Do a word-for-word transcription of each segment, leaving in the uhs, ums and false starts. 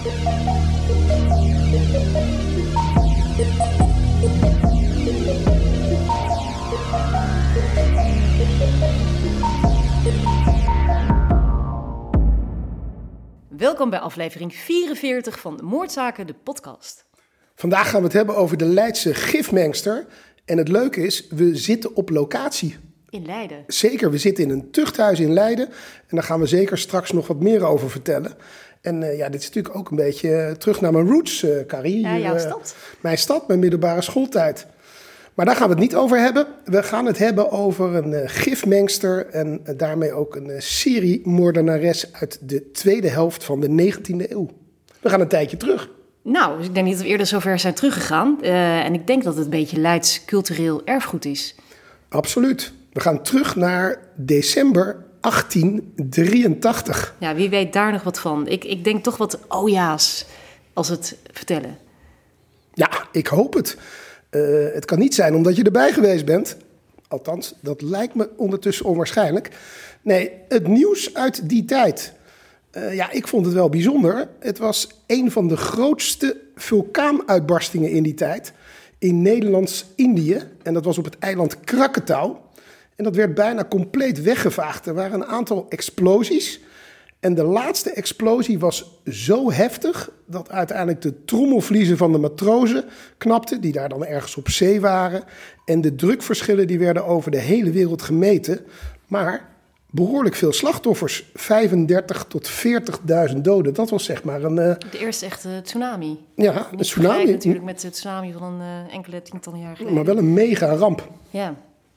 Welkom bij aflevering vierenveertig van Moordzaken, de podcast. Vandaag gaan we het hebben over de Leidse gifmengster. En het leuke is, we zitten op locatie. In Leiden. Zeker, we zitten in een tuchthuis in Leiden. En daar gaan we zeker straks nog wat meer over vertellen. En uh, ja, dit is natuurlijk ook een beetje uh, terug naar mijn roots, uh, Carrie. Ja, jouw uh, stad. Mijn stad, mijn middelbare schooltijd. Maar daar gaan we het niet over hebben. We gaan het hebben over een uh, gifmengster en uh, daarmee ook een uh, seriemoordenares uit de tweede helft van de negentiende eeuw. We gaan een tijdje terug. Nou, ik denk niet dat we eerder zover zijn teruggegaan. Uh, en ik denk dat het een beetje Leids cultureel erfgoed is. Absoluut. We gaan terug naar december achttien drieëntachtig. Ja, wie weet daar nog wat van. Ik, ik denk toch wat oh ja's als het vertellen. Ja, ik hoop het. Uh, het kan niet zijn omdat je erbij geweest bent. Althans, dat lijkt me ondertussen onwaarschijnlijk. Nee, het nieuws uit die tijd. Uh, ja, ik vond het wel bijzonder. Het was een van de grootste vulkaanuitbarstingen in die tijd. In Nederlands-Indië. En dat was op het eiland Krakatau. En dat werd bijna compleet weggevaagd. Er waren een aantal explosies. En de laatste explosie was zo heftig dat uiteindelijk de trommelvliezen van de matrozen knapten, die daar dan ergens op zee waren. En de drukverschillen die werden over de hele wereld gemeten. Maar behoorlijk veel slachtoffers, vijfendertig tot veertigduizend doden. Dat was zeg maar een... Uh... De eerste echte tsunami. Ja, een tsunami. Natuurlijk met de tsunami van een uh, enkele tientallen jaar geleden. Maar wel een mega ramp. Ja.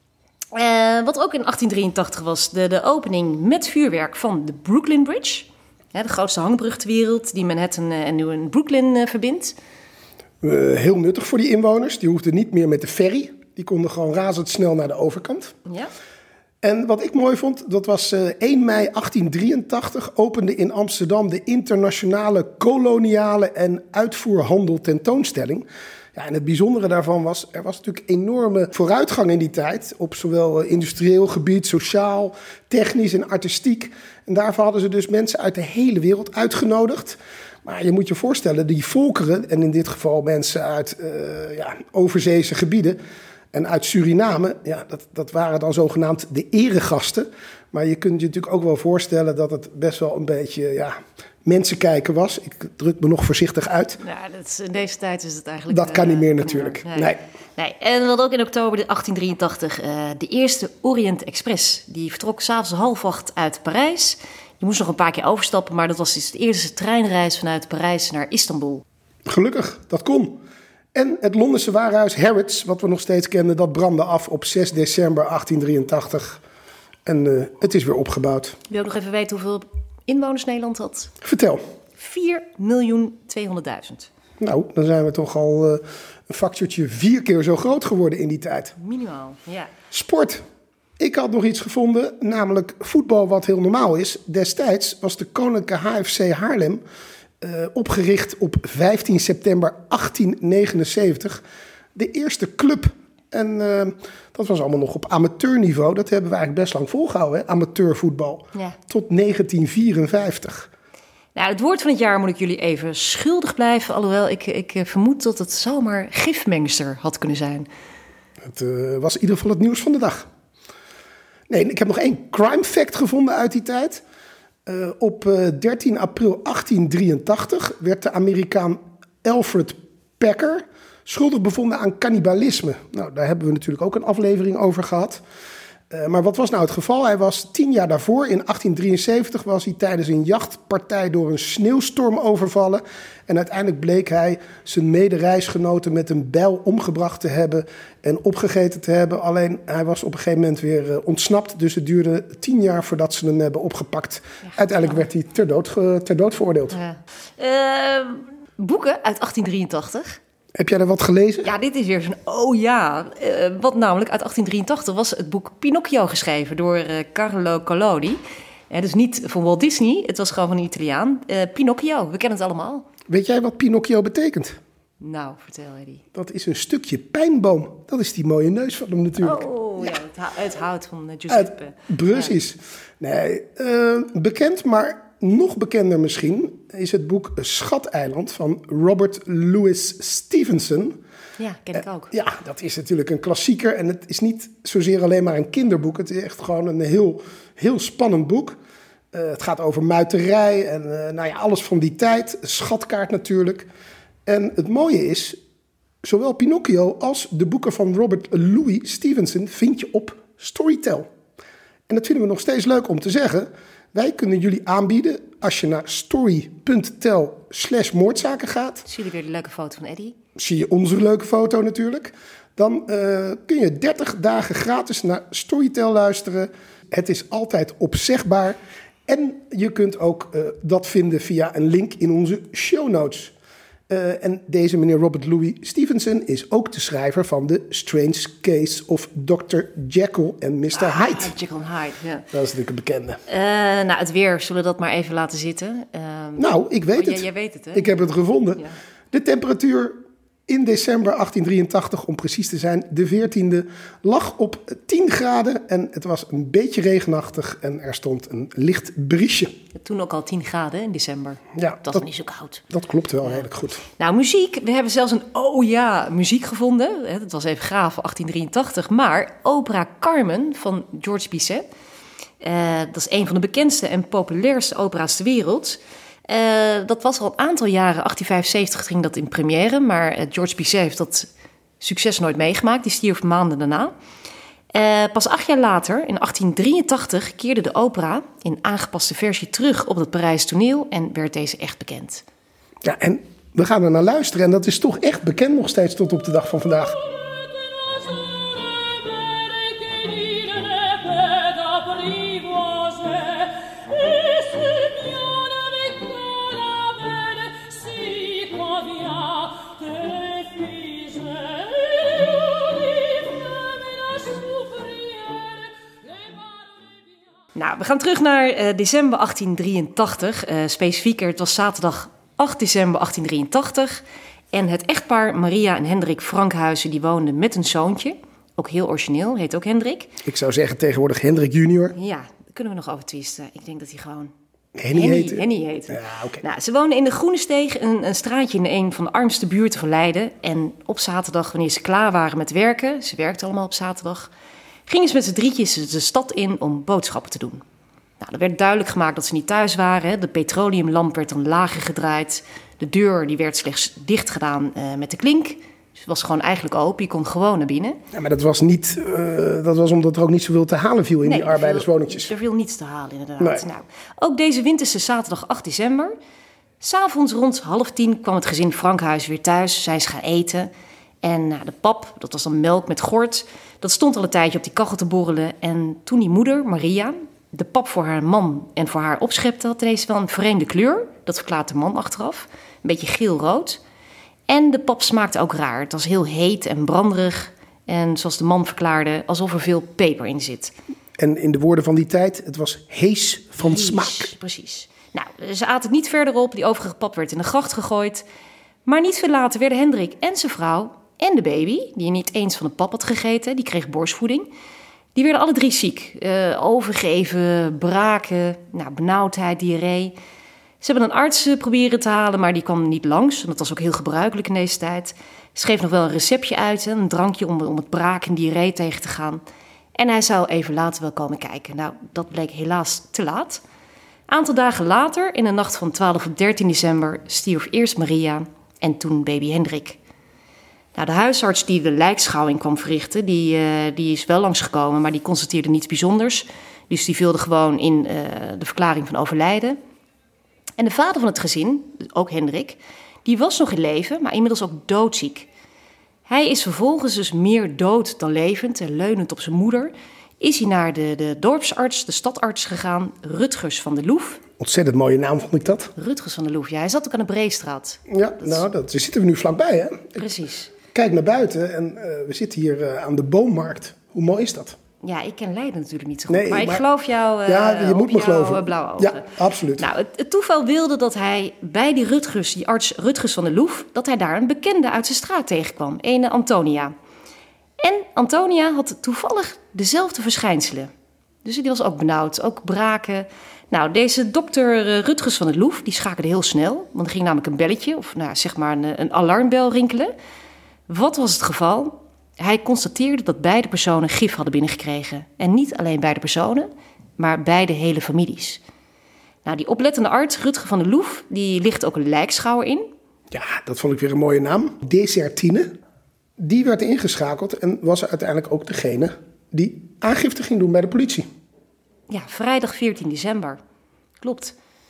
Uh, wat ook in achttien drieëntachtig was, de, de opening met vuurwerk van de Brooklyn Bridge. Ja, de grootste hangbrug ter wereld die Manhattan uh, en nu Brooklyn uh, verbindt. Uh, heel nuttig voor die inwoners. Die hoefden niet meer met de ferry. Die konden gewoon razendsnel naar de overkant. Ja. En wat ik mooi vond, dat was uh, één mei achttien drieëntachtig... opende in Amsterdam de internationale koloniale en uitvoerhandel tentoonstelling. Ja, en het bijzondere daarvan was, er was natuurlijk enorme vooruitgang in die tijd. Op zowel industrieel gebied, sociaal, technisch en artistiek. En daarvoor hadden ze dus mensen uit de hele wereld uitgenodigd. Maar je moet je voorstellen, die volkeren, en in dit geval mensen uit uh, ja, overzeese gebieden en uit Suriname, ja, dat, dat waren dan zogenaamd de eregasten. Maar je kunt je natuurlijk ook wel voorstellen dat het best wel een beetje ja, mensen kijken was. Ik druk me nog voorzichtig uit. Ja, dat is, in deze tijd is het eigenlijk... Dat kan uh, niet meer kan natuurlijk. Nee. Nee. nee. En we hadden ook in oktober achttien drieëntachtig uh, de eerste Orient Express. Die vertrok s'avonds half acht uit Parijs. Je moest nog een paar keer overstappen, maar dat was dus de eerste treinreis vanuit Parijs naar Istanbul. Gelukkig, dat kon. En het Londense warenhuis Harrods, wat we nog steeds kenden, dat brandde af op zes december achttien drieëntachtig. En uh, het is weer opgebouwd. Wil je ook nog even weten hoeveel inwoners Nederland had? Vertel. vier miljoen tweehonderdduizend. Nou, dan zijn we toch al uh, een factortje vier keer zo groot geworden in die tijd. Minimaal, ja. Sport. Ik had nog iets gevonden, namelijk voetbal wat heel normaal is. Destijds was de Koninklijke H F C Haarlem uh, opgericht op vijftien september achttien negenenzeventig. De eerste club. En uh, dat was allemaal nog op amateurniveau. Dat hebben we eigenlijk best lang volgehouden, hè? Amateurvoetbal. Ja. Tot negentien vierenvijftig. Nou, het woord van het jaar moet ik jullie even schuldig blijven. Alhoewel, ik, ik vermoed dat het zomaar gifmengster had kunnen zijn. Het uh, was in ieder geval het nieuws van de dag. Nee, ik heb nog één crime fact gevonden uit die tijd. Uh, op uh, dertien april achttien drieëntachtig werd de Amerikaan Alfred Packer schuldig bevonden aan cannibalisme. Nou, daar hebben we natuurlijk ook een aflevering over gehad. Uh, maar wat was nou het geval? Hij was tien jaar daarvoor, in achttien drieënzeventig, was hij tijdens een jachtpartij door een sneeuwstorm overvallen. En uiteindelijk bleek hij zijn medereisgenoten met een bijl omgebracht te hebben en opgegeten te hebben. Alleen hij was op een gegeven moment weer uh, ontsnapt. Dus het duurde tien jaar voordat ze hem hebben opgepakt. Ja, uiteindelijk werd hij ter dood, ge, ter dood veroordeeld. Ja. Uh, boeken uit achttien drieëntachtig. Heb jij er wat gelezen? Ja, dit is weer zo'n oh ja. Uh, wat namelijk uit achttien drieëntachtig was het boek Pinocchio geschreven door uh, Carlo Collodi. Uh, dus niet van Walt Disney, het was gewoon van een Italiaan. Uh, Pinocchio, we kennen het allemaal. Weet jij wat Pinocchio betekent? Nou, vertel Eddie. Dat is een stukje pijnboom. Dat is die mooie neus van hem natuurlijk. Oh ja, het, hou- het hout van uh, Giuseppe. Uit, precies. Ja. Nee, uh, bekend, maar nog bekender misschien. is het boek Schateiland van Robert Louis Stevenson. Ja, ken ik ook. Uh, ja, dat is natuurlijk een klassieker. En het is niet zozeer alleen maar een kinderboek. Het is echt gewoon een heel, heel spannend boek. Uh, het gaat over muiterij en uh, nou ja, alles van die tijd. Schatkaart natuurlijk. En het mooie is, zowel Pinocchio als de boeken van Robert Louis Stevenson vind je op Storytel. En dat vinden we nog steeds leuk om te zeggen. Wij kunnen jullie aanbieden, als je naar story.tel slash moordzaken gaat. Zie je weer de leuke foto van Eddie? Zie je onze leuke foto natuurlijk. Dan uh, kun je dertig dagen gratis naar Storytel luisteren. Het is altijd opzegbaar. En je kunt ook uh, dat vinden via een link in onze show notes. Uh, en deze meneer Robert Louis Stevenson is ook de schrijver van The Strange Case of dokter Jekyll en mister Ah, Hyde. Jekyll en Hyde, ja. Dat is natuurlijk een bekende. Uh, nou, het weer, zullen we dat maar even laten zitten? Uh, nou, ik weet oh, het. Ja, jij weet het, hè? Ik heb het gevonden. Ja. De temperatuur in december achttien drieëntachtig, om precies te zijn, de veertiende, lag op tien graden. En het was een beetje regenachtig en er stond een licht briesje. Toen ook al tien graden in december. Ja, dat was dat, niet zo koud. Dat klopt wel ja. redelijk goed. Nou, muziek. We hebben zelfs een oh ja muziek gevonden. Dat was even gaaf, achttien drieëntachtig. Maar opera Carmen van George Bizet. Uh, dat is een van de bekendste en populairste opera's ter wereld. Uh, dat was al een aantal jaren, achttien vijfenzeventig ging dat in première. Maar uh, George Bizet heeft dat succes nooit meegemaakt. Die stierf maanden daarna. Uh, pas acht jaar later, in achttien drieëntachtig, keerde de opera in aangepaste versie terug op het Parijs toneel en werd deze echt bekend. Ja, en we gaan er naar luisteren en dat is toch echt bekend nog steeds tot op de dag van vandaag. Nou, we gaan terug naar uh, december achttien drieëntachtig. Uh, specifieker, het was zaterdag acht december achttien drieëntachtig. En het echtpaar Maria en Hendrik Frankhuizen, die woonden met een zoontje. Ook heel origineel, heet ook Hendrik. Ik zou zeggen tegenwoordig Hendrik junior. Ja, daar kunnen we nog over twisten. Ik denk dat hij gewoon... Henny heette. Henny heette. Ja, okay. Nou, ze woonden in de Groene Steeg, een, een straatje in een van de armste buurten van Leiden. En op zaterdag, wanneer ze klaar waren met werken, ze werkten allemaal op zaterdag, gingen ze met z'n drietjes de stad in om boodschappen te doen. Nou, er werd duidelijk gemaakt dat ze niet thuis waren. De petroleumlamp werd dan lager gedraaid. De deur die werd slechts dicht gedaan uh, met de klink. Dus het was gewoon eigenlijk open. Je kon gewoon naar binnen. Ja, maar dat was, niet, uh, dat was omdat er ook niet zoveel te halen viel in nee, die arbeiderswoningjes. Er viel niets te halen, inderdaad. Nee. Nou, ook deze winterse zaterdag acht december. 's Avonds rond half tien kwam het gezin Frankhuis weer thuis. Zijn ze gaan eten. En nou, de pap, dat was dan melk met gort, dat stond al een tijdje op die kachel te borrelen. En toen die moeder, Maria, de pap voor haar man en voor haar opschepte, had deze wel een vreemde kleur. Dat verklaart de man achteraf. Een beetje geel-rood. En de pap smaakte ook raar. Het was heel heet en branderig. En zoals de man verklaarde, alsof er veel peper in zit. En in de woorden van die tijd, het was hees van hees, smaak. Precies. Nou, ze aten het niet verder op. Die overige pap werd in de gracht gegooid. Maar niet veel later werden Hendrik en zijn vrouw en de baby, die niet eens van de pap had gegeten, die kreeg borstvoeding. Die werden alle drie ziek. Uh, overgeven, braken, nou, benauwdheid, diarree. Ze hebben een arts proberen te halen, maar die kwam niet langs. En dat was ook heel gebruikelijk in deze tijd. Ze schreef nog wel een receptje uit, een drankje om, om het braken en diarree tegen te gaan. En hij zou even later wel komen kijken. Nou, dat bleek helaas te laat. Een aantal dagen later, in de nacht van twaalf op dertien december, stierf eerst Maria en toen baby Hendrik. Nou, de huisarts die de lijkschouwing kwam verrichten, die, uh, die is wel langsgekomen, maar die constateerde niets bijzonders. Dus die vulde gewoon in uh, de verklaring van overlijden. En de vader van het gezin, ook Hendrik, die was nog in leven, maar inmiddels ook doodziek. Hij is vervolgens dus meer dood dan levend en leunend op zijn moeder, is hij naar de, de dorpsarts, de stadarts gegaan, Rutgers van der Loef. Ontzettend mooie naam vond ik dat. Rutgers van der Loef, ja. Hij zat ook aan de Breestraat. Ja, dat nou, dat, daar zitten we nu vlakbij, hè? Precies. Kijk naar buiten en uh, we zitten hier uh, aan de boommarkt. Hoe mooi is dat? Ja, ik ken Leiden natuurlijk niet zo goed, nee, maar, maar ik geloof jou uh, ja, je moet me geloven. blauwe ogen. Ja, absoluut. Nou, het, het toeval wilde dat hij bij die Rutgers, die arts Rutgers van der Loef, dat hij daar een bekende uit zijn straat tegenkwam, ene Antonia. En Antonia had toevallig dezelfde verschijnselen. Dus die was ook benauwd, ook braken. Nou, deze dokter Rutgers van het Loef, die schakelde heel snel. Want er ging namelijk een belletje, of nou, zeg maar een, een alarmbel rinkelen. Wat was het geval? Hij constateerde dat beide personen gif hadden binnengekregen. En niet alleen beide personen, maar beide hele families. Nou, die oplettende arts, Rutger van der Loef, die licht ook een lijkschouwer in. Ja, dat vond ik weer een mooie naam. Desertine. Die werd ingeschakeld en was uiteindelijk ook degene die aangifte ging doen bij de politie. Ja, vrijdag veertien december. Klopt.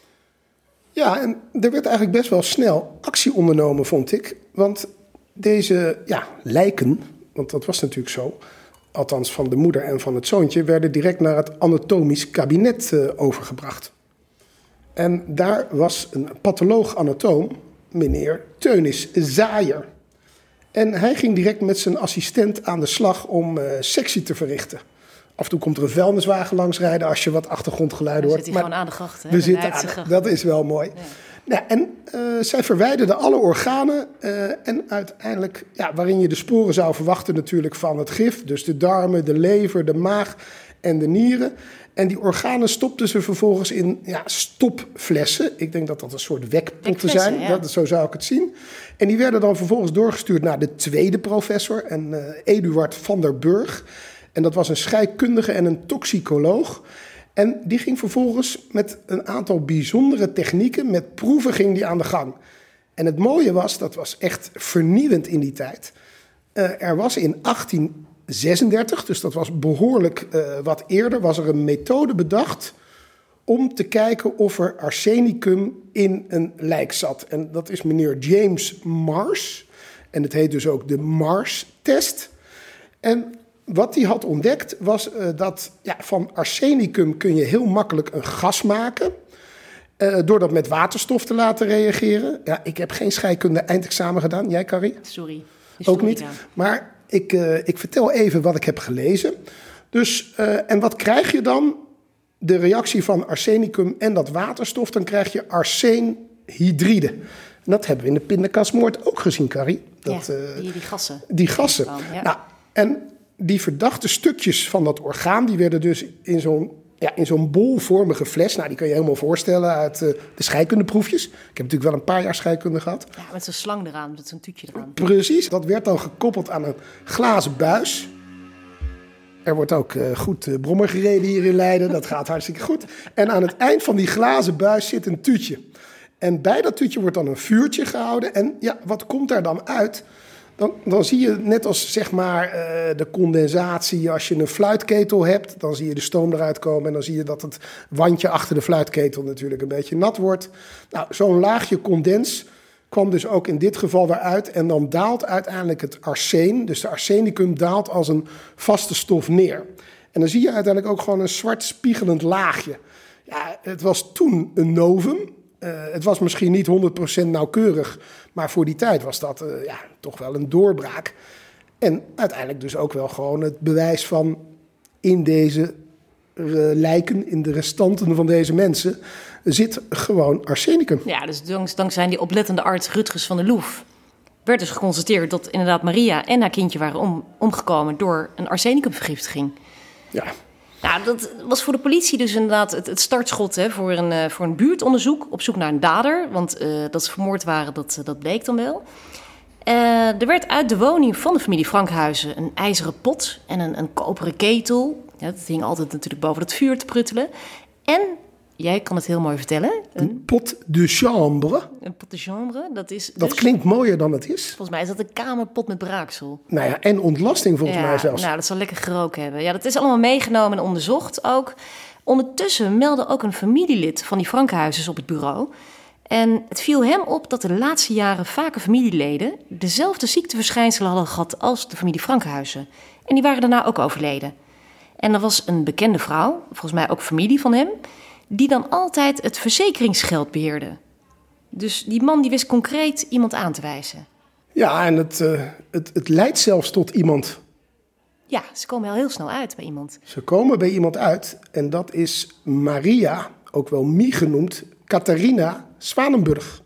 Ja, en er werd eigenlijk best wel snel actie ondernomen, vond ik. Want deze ja, lijken, want dat was natuurlijk zo, althans van de moeder en van het zoontje, werden direct naar het anatomisch kabinet uh, overgebracht. En daar was een patholoog-anatoom, meneer Teunis Zaaier. En hij ging direct met zijn assistent aan de slag om uh, sectie te verrichten. Af en toe komt er een vuilniswagen langs rijden als je wat achtergrondgeluiden hoort. Dan zit hij gewoon aan de gracht. Hè? We zitten aan, gracht. Dat is wel mooi. Ja. Nou, en uh, zij verwijderden alle organen uh, en uiteindelijk, ja, waarin je de sporen zou verwachten natuurlijk van het gif. Dus de darmen, de lever, de maag en de nieren. En die organen stopten ze vervolgens in ja, stopflessen. Ik denk dat dat een soort wekpotten zijn. Ja. Dat, zo zou ik het zien. En die werden dan vervolgens doorgestuurd naar de tweede professor, en, uh, Eduard van der Burg. En dat was een scheikundige en een toxicoloog. En die ging vervolgens met een aantal bijzondere technieken, met proeven ging die aan de gang. En het mooie was, dat was echt vernieuwend in die tijd. Uh, er was in achttien zesendertig, dus dat was behoorlijk uh, wat eerder, was er een methode bedacht om te kijken of er arsenicum in een lijk zat. En dat is meneer James Mars. En het heet dus ook de Mars-test. En wat hij had ontdekt was uh, dat ja, van arsenicum kun je heel makkelijk een gas maken. Uh, door dat met waterstof te laten reageren. Ja, ik heb geen scheikunde eindexamen gedaan. Jij, Carrie? Sorry. Ook niet. Gedaan. Maar ik, uh, ik vertel even wat ik heb gelezen. Dus, uh, en wat krijg je dan? De reactie van arsenicum en dat waterstof, dan krijg je arseenhydride. En dat hebben we in de pindakaasmoord ook gezien, Carrie. Dat, ja, die, die gassen. Die gassen. Ja. Nou, en die verdachte stukjes van dat orgaan, die werden dus in zo'n, ja, in zo'n bolvormige fles. Nou, die kan je helemaal voorstellen uit uh, de scheikundeproefjes. Ik heb natuurlijk wel een paar jaar scheikunde gehad. Ja, met zo'n slang eraan, met zo'n tuutje eraan. Precies, dat werd dan gekoppeld aan een glazen buis. Er wordt ook uh, goed uh, brommer gereden hier in Leiden, dat gaat hartstikke goed. En aan het eind van die glazen buis zit een tuutje. En bij dat tuutje wordt dan een vuurtje gehouden. En ja, wat komt daar dan uit? Dan, dan zie je net als zeg maar uh, de condensatie, als je een fluitketel hebt, dan zie je de stoom eruit komen en dan zie je dat het wandje achter de fluitketel natuurlijk een beetje nat wordt. Nou, zo'n laagje condens kwam dus ook in dit geval eruit en dan daalt uiteindelijk het arseen, dus de arsenicum daalt als een vaste stof neer. En dan zie je uiteindelijk ook gewoon een zwart spiegelend laagje. Ja, het was toen een novum. Uh, het was misschien niet honderd procent nauwkeurig, maar voor die tijd was dat uh, ja, toch wel een doorbraak. En uiteindelijk dus ook wel gewoon het bewijs van in deze uh, lijken, in de restanten van deze mensen, zit gewoon arsenicum. Ja, dus dankzij die oplettende arts Rutgers van der Loef werd dus geconstateerd dat inderdaad Maria en haar kindje waren om, omgekomen door een arsenicumvergiftiging. Ja. Nou, dat was voor de politie dus inderdaad het, het startschot hè, voor, een, uh, voor een buurtonderzoek op zoek naar een dader. Want uh, dat ze vermoord waren, dat, dat bleek dan wel. Uh, er werd uit de woning van de familie Frankhuizen een ijzeren pot en een, een koperen ketel. Ja, dat hing altijd natuurlijk boven het vuur te pruttelen. En, jij kan het heel mooi vertellen. Een, een pot de chambre. Een pot de chambre, dat is Dat dus, klinkt mooier dan het is. Volgens mij is dat een kamerpot met braaksel. Nou ja, en ontlasting volgens ja, mij zelfs. Nou, dat zal lekker geroken hebben. Ja, dat is allemaal meegenomen en onderzocht ook. Ondertussen meldde ook een familielid van die Frankhuizers op het bureau. En het viel hem op dat de laatste jaren vaker familieleden dezelfde ziekteverschijnselen hadden gehad als de familie Frankhuizen. En die waren daarna ook overleden. En er was een bekende vrouw, volgens mij ook familie van hem, die dan altijd het verzekeringsgeld beheerde. Dus die man die wist concreet iemand aan te wijzen. Ja, en het, uh, het, het leidt zelfs tot iemand. Ja, ze komen wel heel snel uit bij iemand. Ze komen bij iemand uit en dat is Maria, ook wel Mie genoemd, Catharina Zwanenburg.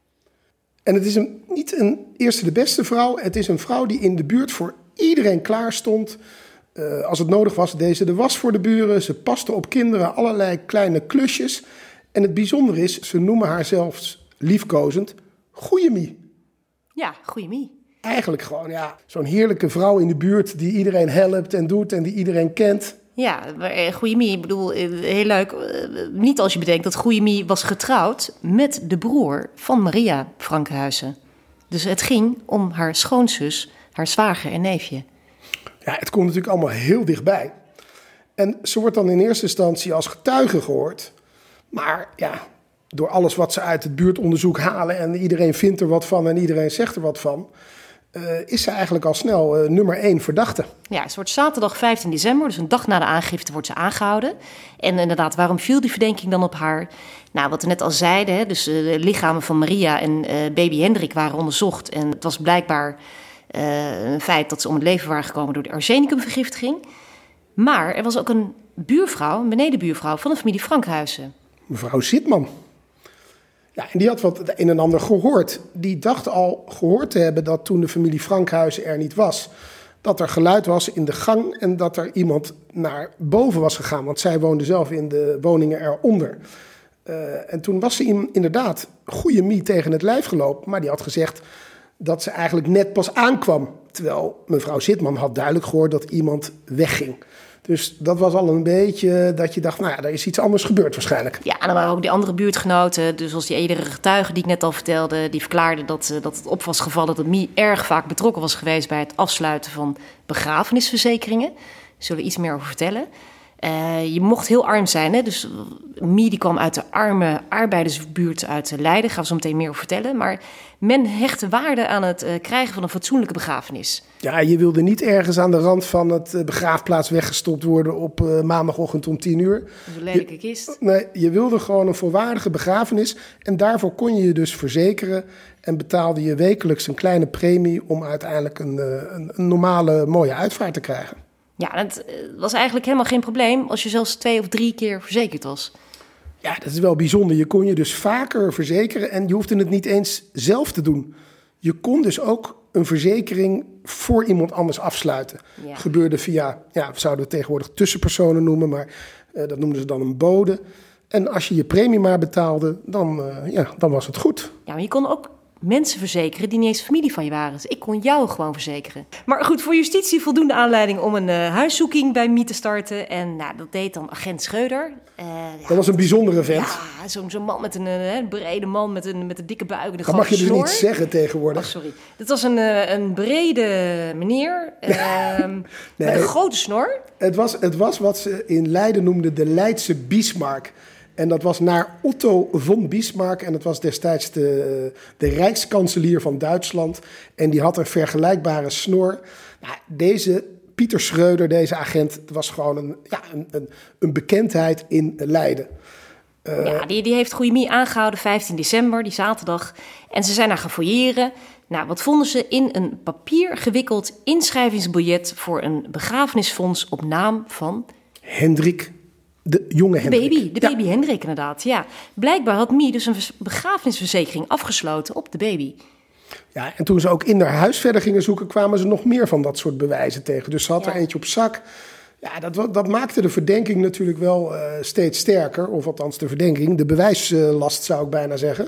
En het is een, niet een eerste de beste vrouw, het is een vrouw die in de buurt voor iedereen klaar stond Uh, als het nodig was, deed ze de was voor de buren. Ze paste op kinderen, allerlei kleine klusjes. En het bijzondere is, ze noemen haar zelfs liefkozend Goeie Mie. Ja, Goeie Mie. Eigenlijk gewoon, ja, zo'n heerlijke vrouw in de buurt die iedereen helpt en doet en die iedereen kent. Ja, Goeie Mie, ik bedoel, heel leuk. Niet als je bedenkt dat Goeie Mie was getrouwd met de broer van Maria Frankhuizen. Dus het ging om haar schoonzus, haar zwager en neefje. Ja, het komt natuurlijk allemaal heel dichtbij. En ze wordt dan in eerste instantie als getuige gehoord. Maar ja, door alles wat ze uit het buurtonderzoek halen en iedereen vindt er wat van en iedereen zegt er wat van, Uh, is ze eigenlijk al snel uh, nummer één verdachte. Ja, ze wordt zaterdag vijftien december, dus een dag na de aangifte, wordt ze aangehouden. En inderdaad, waarom viel die verdenking dan op haar? Nou, wat we net al zeiden, hè, dus uh, de lichamen van Maria en uh, baby Hendrik waren onderzocht. En het was blijkbaar uh, een feit dat ze om het leven waren gekomen door de arsenicumvergiftiging. Maar er was ook een buurvrouw, een benedenbuurvrouw van de familie Frankhuizen. Mevrouw Zitman. Ja, en die had wat het een en ander gehoord. Die dacht al gehoord te hebben dat toen de familie Frankhuizen er niet was, dat er geluid was in de gang en dat er iemand naar boven was gegaan. Want zij woonde zelf in de woningen eronder. Uh, en toen was ze in, inderdaad Goeie Mie tegen het lijf gelopen. Maar die had gezegd dat ze eigenlijk net pas aankwam. Terwijl mevrouw Zitman had duidelijk gehoord dat iemand wegging. Dus dat was al een beetje dat je dacht, nou ja, er is iets anders gebeurd waarschijnlijk. Ja, en dan waren ook die andere buurtgenoten, dus als die eerdere getuigen die ik net al vertelde, die verklaarden dat, dat het op was gevallen dat Mie erg vaak betrokken was geweest bij het afsluiten van begrafenisverzekeringen. Daar zullen we iets meer over vertellen. Uh, je mocht heel arm zijn, hè? Dus Mie die kwam uit de arme arbeidersbuurt uit Leiden, gaan we zo meteen meer over vertellen. Maar men hechtte waarde aan het uh, krijgen van een fatsoenlijke begrafenis. Ja, je wilde niet ergens aan de rand van het uh, begraafplaats weggestopt worden op uh, maandagochtend om tien uur. Een lelijke kist. Je, nee, je wilde gewoon een volwaardige begrafenis en daarvoor kon je je dus verzekeren en betaalde je wekelijks een kleine premie om uiteindelijk een, uh, een, een normale mooie uitvaart te krijgen. Ja, het was eigenlijk helemaal geen probleem als je zelfs twee of drie keer verzekerd was. Ja, dat is wel bijzonder. Je kon je dus vaker verzekeren en je hoefde het niet eens zelf te doen. Je kon dus ook een verzekering voor iemand anders afsluiten. Ja. Gebeurde via, ja, we zouden het tegenwoordig tussenpersonen noemen, maar uh, dat noemden ze dan een bode. En als je je premie maar betaalde, dan, uh, ja, dan was het goed. Ja, maar je kon ook mensen verzekeren die niet eens familie van je waren. Dus ik kon jou gewoon verzekeren. Maar goed, voor justitie voldoende aanleiding om een uh, huiszoeking bij Mie te starten. En nou, dat deed dan agent Schreuder. Uh, ja, dat was een bijzondere vent. Ja, zo'n zo man met een, een brede man met een, met een dikke buik. Dat mag je dus snor. Niet zeggen tegenwoordig. Oh, sorry. Dat was een, een brede meneer uh, nee, met een grote snor. Het was, het was wat ze in Leiden noemden de Leidse Bismarck. En dat was naar Otto von Bismarck. En dat was destijds de, de rijkskanselier van Duitsland. En die had een vergelijkbare snor. Nou, deze Pieter Schreuder, deze agent, was gewoon een, ja, een, een, een bekendheid in Leiden. Uh, ja, die, die heeft Goeie Mie aangehouden vijftien december, die zaterdag. En ze zijn daar gaan fouilleren. Nou, wat vonden ze? In een papier gewikkeld inschrijvingsbiljet voor een begrafenisfonds op naam van Hendrik. De jonge Hendrik. De baby, de baby ja. Hendrik inderdaad, ja. Blijkbaar had Mie dus een begrafenisverzekering afgesloten op de baby. Ja, en toen ze ook in haar huis verder gingen zoeken, kwamen ze nog meer van dat soort bewijzen tegen. Dus ze had ja. er eentje op zak. Ja, dat, dat maakte de verdenking natuurlijk wel uh, steeds sterker. Of althans de verdenking, de bewijslast zou ik bijna zeggen.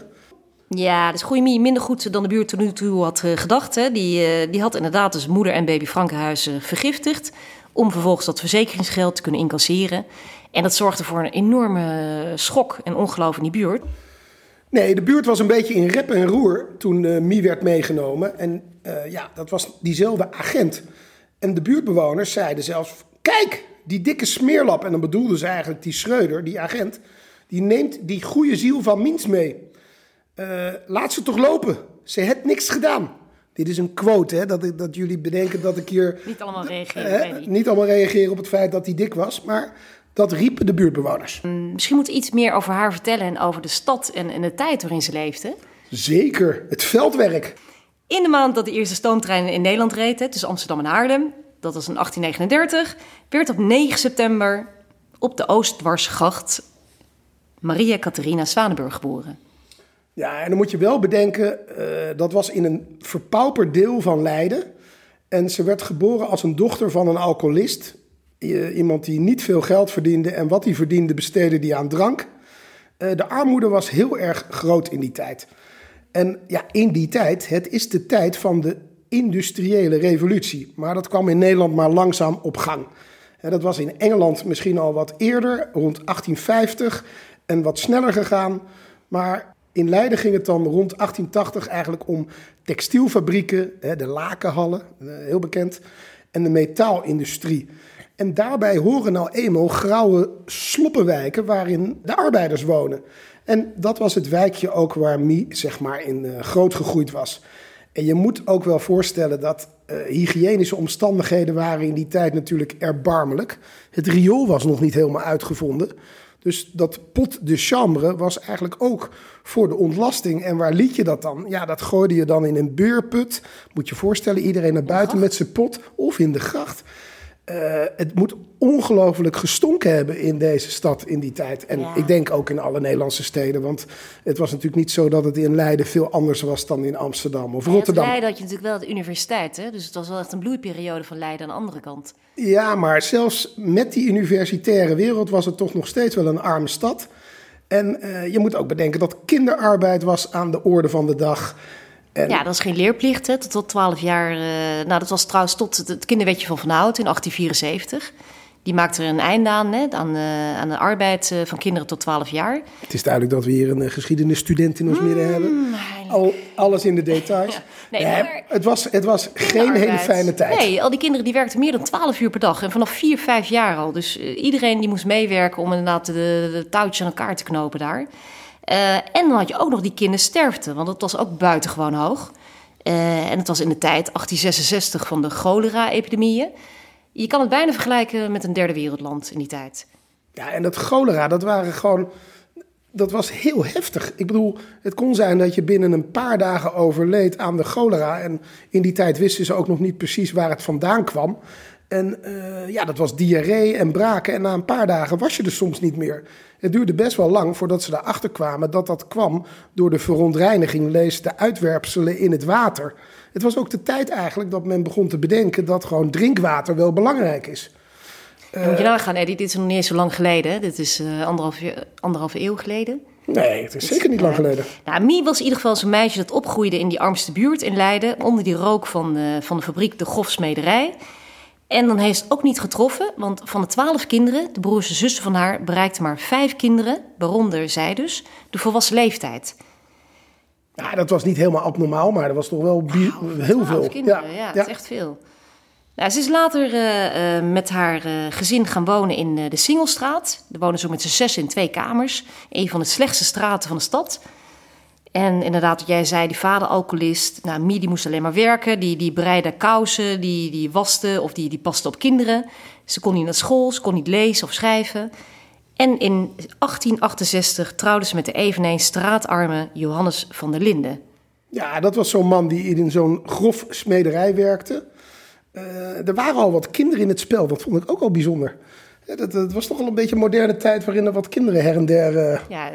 Ja, dus Goeie Mie minder goed dan de buurt tot nu toe had uh, gedacht. Hè. Die, uh, die had inderdaad dus moeder en baby Frankhuizen vergiftigd om vervolgens dat verzekeringsgeld te kunnen incasseren. En dat zorgde voor een enorme schok en ongeloof in die buurt. Nee, de buurt was een beetje in rep en roer toen uh, Mie werd meegenomen. En uh, ja, dat was diezelfde agent. En de buurtbewoners zeiden zelfs, kijk, die dikke smeerlap. En dan bedoelden ze eigenlijk die Schreuder, die agent, die neemt die goede ziel van Miens mee. Uh, laat ze toch lopen, ze heeft niks gedaan. Dit is een quote, hè, dat, dat jullie bedenken dat ik hier... Niet allemaal reageren. Uh, niet allemaal reageren op het feit dat hij dik was, maar dat riepen de buurtbewoners. Um, misschien moet je iets meer over haar vertellen en over de stad en, en de tijd waarin ze leefde. Zeker, het veldwerk. In de maand dat de eerste stoomtrein in Nederland reed, hè, tussen Amsterdam en Haarlem, dat was in achttien negenendertig, werd op negen september op de Oostdwarsgracht Maria Catharina Zwanenburg geboren. Ja, en dan moet je wel bedenken, uh, dat was in een verpauperd deel van Leiden. En ze werd geboren als een dochter van een alcoholist. Iemand die niet veel geld verdiende en wat hij verdiende besteedde die aan drank. Uh, de armoede was heel erg groot in die tijd. En ja, in die tijd, het is de tijd van de industriële revolutie. Maar dat kwam in Nederland maar langzaam op gang. En dat was in Engeland misschien al wat eerder, rond achttien vijftig, en wat sneller gegaan. Maar in Leiden ging het dan rond achttien tachtig eigenlijk om textielfabrieken, de lakenhallen, heel bekend, en de metaalindustrie. En daarbij horen nou eenmaal grauwe sloppenwijken waarin de arbeiders wonen. En dat was het wijkje ook waar Mie zeg maar in uh, groot gegroeid was. En je moet ook wel voorstellen dat uh, hygiënische omstandigheden waren in die tijd natuurlijk erbarmelijk. Het riool was nog niet helemaal uitgevonden. Dus dat pot de chambre was eigenlijk ook voor de ontlasting. En waar liet je dat dan? Ja, dat gooide je dan in een beurput. Moet je voorstellen, iedereen naar buiten met zijn pot of in de gracht. Uh, het moet ongelooflijk gestonken hebben in deze stad in die tijd. En ja. Ik denk ook in alle Nederlandse steden. Want het was natuurlijk niet zo dat het in Leiden veel anders was dan in Amsterdam of ja, Rotterdam. In Leiden had je natuurlijk wel de universiteit. Hè? Dus het was wel echt een bloeiperiode van Leiden aan de andere kant. Ja, maar zelfs met die universitaire wereld was het toch nog steeds wel een arme stad. En uh, je moet ook bedenken dat kinderarbeid was aan de orde van de dag. En ja, dat is geen leerplicht, hè, tot, tot twaalf jaar. Uh, nou, dat was trouwens tot het, het kinderwetje van Van Hout in achttien vierenzeventig. Die maakte er een einde aan, hè, aan, uh, aan de arbeid uh, van kinderen tot twaalf jaar. Het is duidelijk dat we hier een uh, geschiedenisstudent in ons mm, midden hebben. Al, alles in de details. Ja. Nee, ja, maar, het was, het was geen hele fijne tijd. Nee, al die kinderen die werkten meer dan twaalf uur per dag. En vanaf vier, vijf jaar al. Dus uh, iedereen die moest meewerken om inderdaad de, de touwtjes aan elkaar te knopen daar. Uh, en dan had je ook nog die kindersterfte, want dat was ook buitengewoon hoog. Uh, en het was in de tijd achttien zesenzestig van de cholera-epidemieën. Je kan het bijna vergelijken met een derde wereldland in die tijd. Ja, en dat cholera, dat waren gewoon... Dat was heel heftig. Ik bedoel, het kon zijn dat je binnen een paar dagen overleed aan de cholera. En in die tijd wisten ze ook nog niet precies waar het vandaan kwam. En uh, ja, dat was diarree en braken. En na een paar dagen was je er soms niet meer. Het duurde best wel lang voordat ze erachter kwamen dat dat kwam door de verontreiniging, lees de uitwerpselen in het water. Het was ook de tijd eigenlijk dat men begon te bedenken dat gewoon drinkwater wel belangrijk is. Uh, moet je nou gaan, Eddie, dit is nog niet eens zo lang geleden. Hè? Dit is uh, anderhalf, anderhalve eeuw geleden. Nee, het is zeker niet lang geleden. Uh, nou, Mie was in ieder geval zo'n meisje dat opgroeide in die armste buurt in Leiden, onder die rook van, uh, van de fabriek De Grofsmederij. En dan heeft het ook niet getroffen, want van de twaalf kinderen, de broers en zussen van haar, bereikten maar vijf kinderen, waaronder zij dus, de volwassen leeftijd. Ja, dat was niet helemaal abnormaal, maar dat was toch wel bi- nou, heel veel. Kinderen, ja, ja, dat ja. is echt veel. Nou, ze is later uh, uh, met haar uh, gezin gaan wonen in uh, de Singelstraat. Daar wonen ze ook met z'n zes in twee kamers. Een van de slechtste straten van de stad. En inderdaad, wat jij zei, die vader alcoholist. Nou, Mie die moest alleen maar werken. Die, die breide kousen, die, die waste of die, die paste op kinderen. Ze kon niet naar school, ze kon niet lezen of schrijven. En in achttien achtenzestig trouwde ze met de eveneens straatarme Johannes van der Linden. Ja, dat was zo'n man die in zo'n grof smederij werkte. Uh, er waren al wat kinderen in het spel, dat vond ik ook al bijzonder. Ja, dat, dat was toch al een beetje een moderne tijd waarin er wat kinderen her en der... Uh... Ja,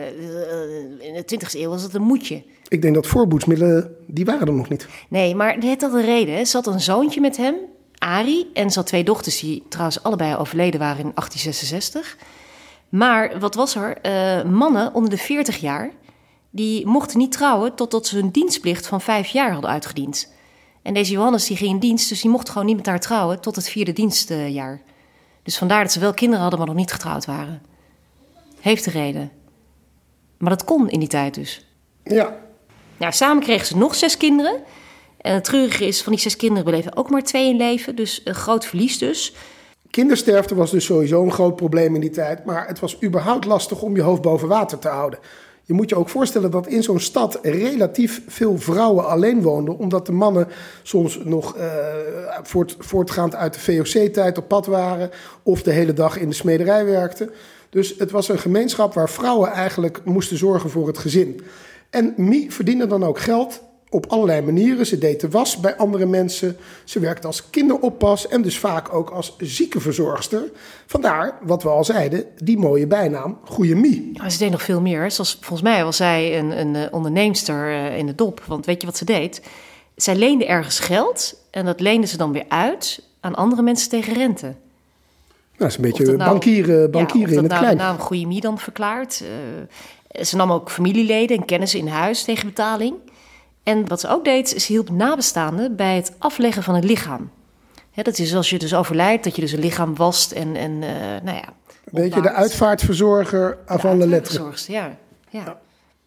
in de twintigste eeuw was het een moedje. Ik denk dat voorboedsmiddelen, die waren er nog niet. Nee, maar het had een reden. Ze had een zoontje met hem, Arie, en ze had twee dochters die trouwens allebei overleden waren in achttien zesenzestig. Maar wat was er? Uh, mannen onder de veertig jaar, die mochten niet trouwen totdat ze hun dienstplicht van vijf jaar hadden uitgediend. En deze Johannes die ging in dienst, dus die mocht gewoon niet met haar trouwen tot het vierde dienstjaar. Dus vandaar dat ze wel kinderen hadden, maar nog niet getrouwd waren. Heeft de reden. Maar dat kon in die tijd dus. Ja. Nou, samen kregen ze nog zes kinderen. En het treurige is, van die zes kinderen bleven ook maar twee in leven. Dus een groot verlies dus. Kindersterfte was dus sowieso een groot probleem in die tijd. Maar het was überhaupt lastig om je hoofd boven water te houden. Je moet je ook voorstellen dat in zo'n stad relatief veel vrouwen alleen woonden. Omdat de mannen soms nog uh, voort, voortgaand uit de V O C-tijd op pad waren. Of de hele dag in de smederij werkten. Dus het was een gemeenschap waar vrouwen eigenlijk moesten zorgen voor het gezin. En Mie verdiende dan ook geld op allerlei manieren. Ze deed de was bij andere mensen. Ze werkte als kinderoppas en dus vaak ook als ziekenverzorgster. Vandaar, wat we al zeiden, die mooie bijnaam Goeie Mie. Ja, ze deed nog veel meer. Zoals, volgens mij was zij een, een onderneemster in de dop. Want weet je wat ze deed? Zij leende ergens geld en dat leende ze dan weer uit aan andere mensen tegen rente. dat is een beetje nou, bankieren, bankieren ja, in het nou, klein. Of dat nou een goede mie dan verklaart. Uh, ze nam ook familieleden en kennissen in huis tegen betaling. En wat ze ook deed, ze hielp nabestaanden bij het afleggen van het lichaam. He, dat is als je dus overlijdt, dat je dus een lichaam wast en, en uh, nou ja... Een beetje de uitvaartverzorger avant la lettre. Ja, ja. ja.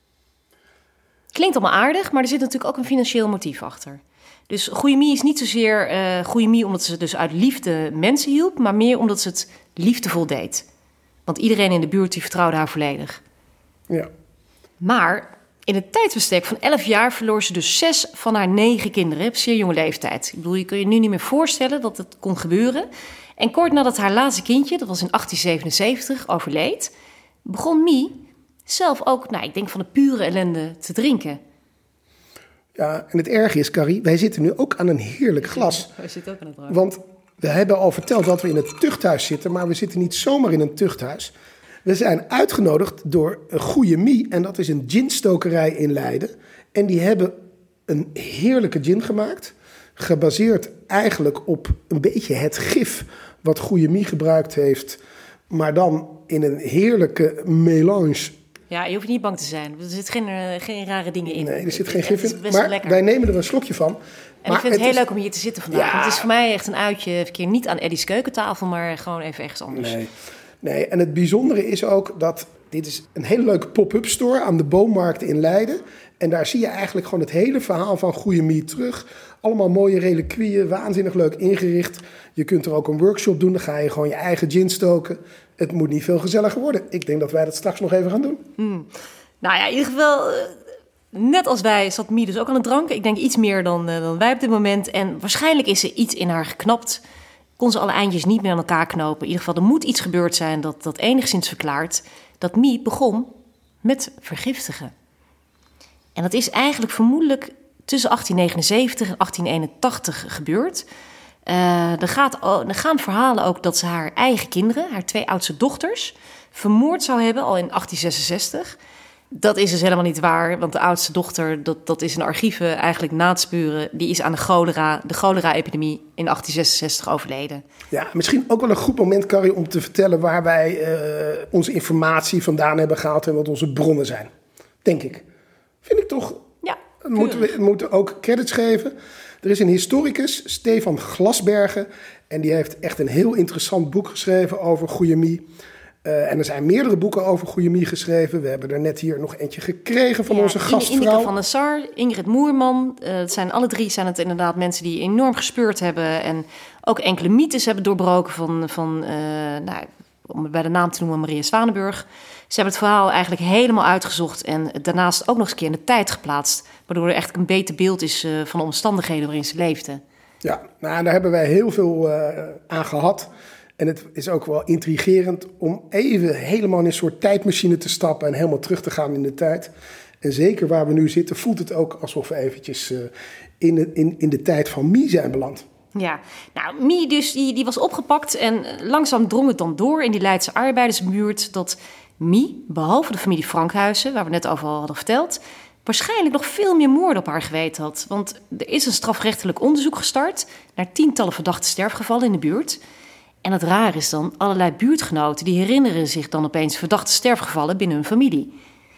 Klinkt allemaal aardig, maar er zit natuurlijk ook een financieel motief achter. Dus goede mie is niet zozeer uh, goede mie omdat ze dus uit liefde mensen hielp, maar meer omdat ze het liefdevol deed. Want iedereen in de buurt die vertrouwde haar volledig. Ja. Maar in het tijdsbestek van elf jaar verloor ze dus zes van haar negen kinderen op zeer jonge leeftijd. Ik bedoel, je kun je nu niet meer voorstellen dat het kon gebeuren. En kort nadat haar laatste kindje, dat was in achttien zevenenzeventig, overleed, begon Mie zelf ook, nou, ik denk van de pure ellende te drinken. Ja, en het erge is, Carrie, wij zitten nu ook aan een heerlijk glas. Wij zitten ook aan het drank. Want we hebben al verteld dat we in het tuchthuis zitten, maar we zitten niet zomaar in een tuchthuis. We zijn uitgenodigd door een goede Mie, en dat is een ginstokerij in Leiden. En die hebben een heerlijke gin gemaakt, gebaseerd eigenlijk op een beetje het gif wat goede Mie gebruikt heeft, maar dan in een heerlijke melange. Ja, je hoeft niet bang te zijn. Er zitten geen, uh, geen rare dingen in. Nee, er zit geen gif in. Maar lekker. Wij nemen er een slokje van. En maar ik vind het heel is... leuk om hier te zitten vandaag. Ja. Het is voor mij echt een uitje. Een keer niet aan Eddie's keukentafel, maar gewoon even ergens anders. Nee. nee, en het bijzondere is ook dat dit is een hele leuke pop-up store aan de Boommarkt in Leiden. En daar zie je eigenlijk gewoon het hele verhaal van Goeie Mie terug. Allemaal mooie reliquieën, waanzinnig leuk ingericht. Je kunt er ook een workshop doen, dan ga je gewoon je eigen gin stoken. Het moet niet veel gezelliger worden. Ik denk dat wij dat straks nog even gaan doen. Hmm. Nou ja, in ieder geval, net als wij zat Mie dus ook aan het dranken. Ik denk iets meer dan, uh, dan wij op dit moment. En waarschijnlijk is er iets in haar geknapt. Kon ze alle eindjes niet meer aan elkaar knopen. In ieder geval, er moet iets gebeurd zijn dat, dat enigszins verklaart dat Mie begon met vergiftigen. En dat is eigenlijk vermoedelijk tussen achttien negenenzeventig en achttien eenentachtig gebeurd. Uh, er, gaat, er gaan verhalen ook dat ze haar eigen kinderen, haar twee oudste dochters, vermoord zou hebben al in achttien zesenzestig. Dat is dus helemaal niet waar, want de oudste dochter, dat, dat is in archieven eigenlijk na te spuren, die is aan de cholera, de cholera-epidemie in achttien zesenzestig overleden. Ja, misschien ook wel een goed moment, Carrie, om te vertellen waar wij uh, onze informatie vandaan hebben gehaald en wat onze bronnen zijn. Denk ik. Vind ik toch. Ja, moeten we moeten ook credits geven. Er is een historicus, Stefan Glasbergen, en die heeft echt een heel interessant boek geschreven over Goeie Mie. Uh, en er zijn meerdere boeken over Goeie Mie geschreven. We hebben er net hier nog eentje gekregen van ja, onze gastvrouw. Ineke van der Sar, Ingrid Moerman. Uh, het zijn alle drie zijn het inderdaad mensen die enorm gespeurd hebben. En ook enkele mythes hebben doorbroken van, van uh, nou, om bij de naam te noemen, Maria Zwanenburg. Ze hebben het verhaal eigenlijk helemaal uitgezocht en daarnaast ook nog eens een keer in de tijd geplaatst. Waardoor er echt een beter beeld is uh, van de omstandigheden waarin ze leefden. Ja, nou, daar hebben wij heel veel uh, aan gehad. En het is ook wel intrigerend om even helemaal in een soort tijdmachine te stappen en helemaal terug te gaan in de tijd. En zeker waar we nu zitten, voelt het ook alsof we eventjes uh, in, de, in, in de tijd van Mie zijn beland. Ja, nou, Mie dus, die, die was opgepakt en langzaam drong het dan door in die Leidse arbeidersbuurt dat Mie, behalve de familie Frankhuizen, waar we net over al hadden verteld, waarschijnlijk nog veel meer moorden op haar geweten had. Want er is een strafrechtelijk onderzoek gestart naar tientallen verdachte sterfgevallen in de buurt. En het raar is dan, allerlei buurtgenoten die herinneren zich dan opeens verdachte sterfgevallen binnen hun familie.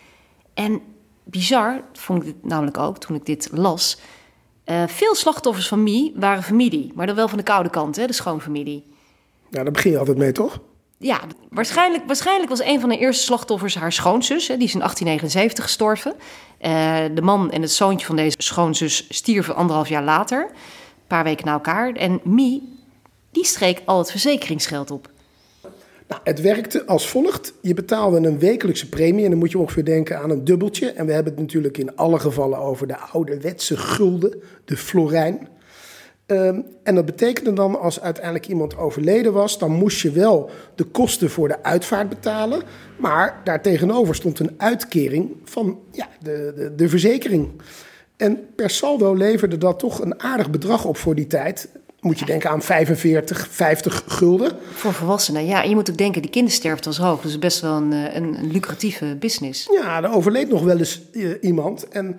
En bizar vond ik dit namelijk ook toen ik dit las. Uh, veel slachtoffers van Mie waren familie, maar dan wel van de koude kant, hè, de schoonfamilie. Ja, daar begin je altijd mee, toch? Ja, waarschijnlijk, waarschijnlijk was een van de eerste slachtoffers haar schoonzus. Hè, die is in achttien negenenzeventig gestorven. Uh, de man en het zoontje van deze schoonzus stierven anderhalf jaar later. Een paar weken na elkaar. En Mie, die streek al het verzekeringsgeld op. Nou, het werkte als volgt. Je betaalde een wekelijkse premie en dan moet je ongeveer denken aan een dubbeltje. En we hebben het natuurlijk in alle gevallen over de ouderwetse gulden, de florijn. Um, en dat betekende dan, als uiteindelijk iemand overleden was, dan moest je wel de kosten voor de uitvaart betalen. Maar daartegenover stond een uitkering van ja, de, de, de verzekering. En per saldo leverde dat toch een aardig bedrag op voor die tijd. Moet je denken aan vijfenveertig, vijftig gulden. Voor volwassenen, ja. En je moet ook denken, die kindersterfte was hoog. Dus best wel een, een, een lucratieve business. Ja, er overleed nog wel eens uh, iemand. En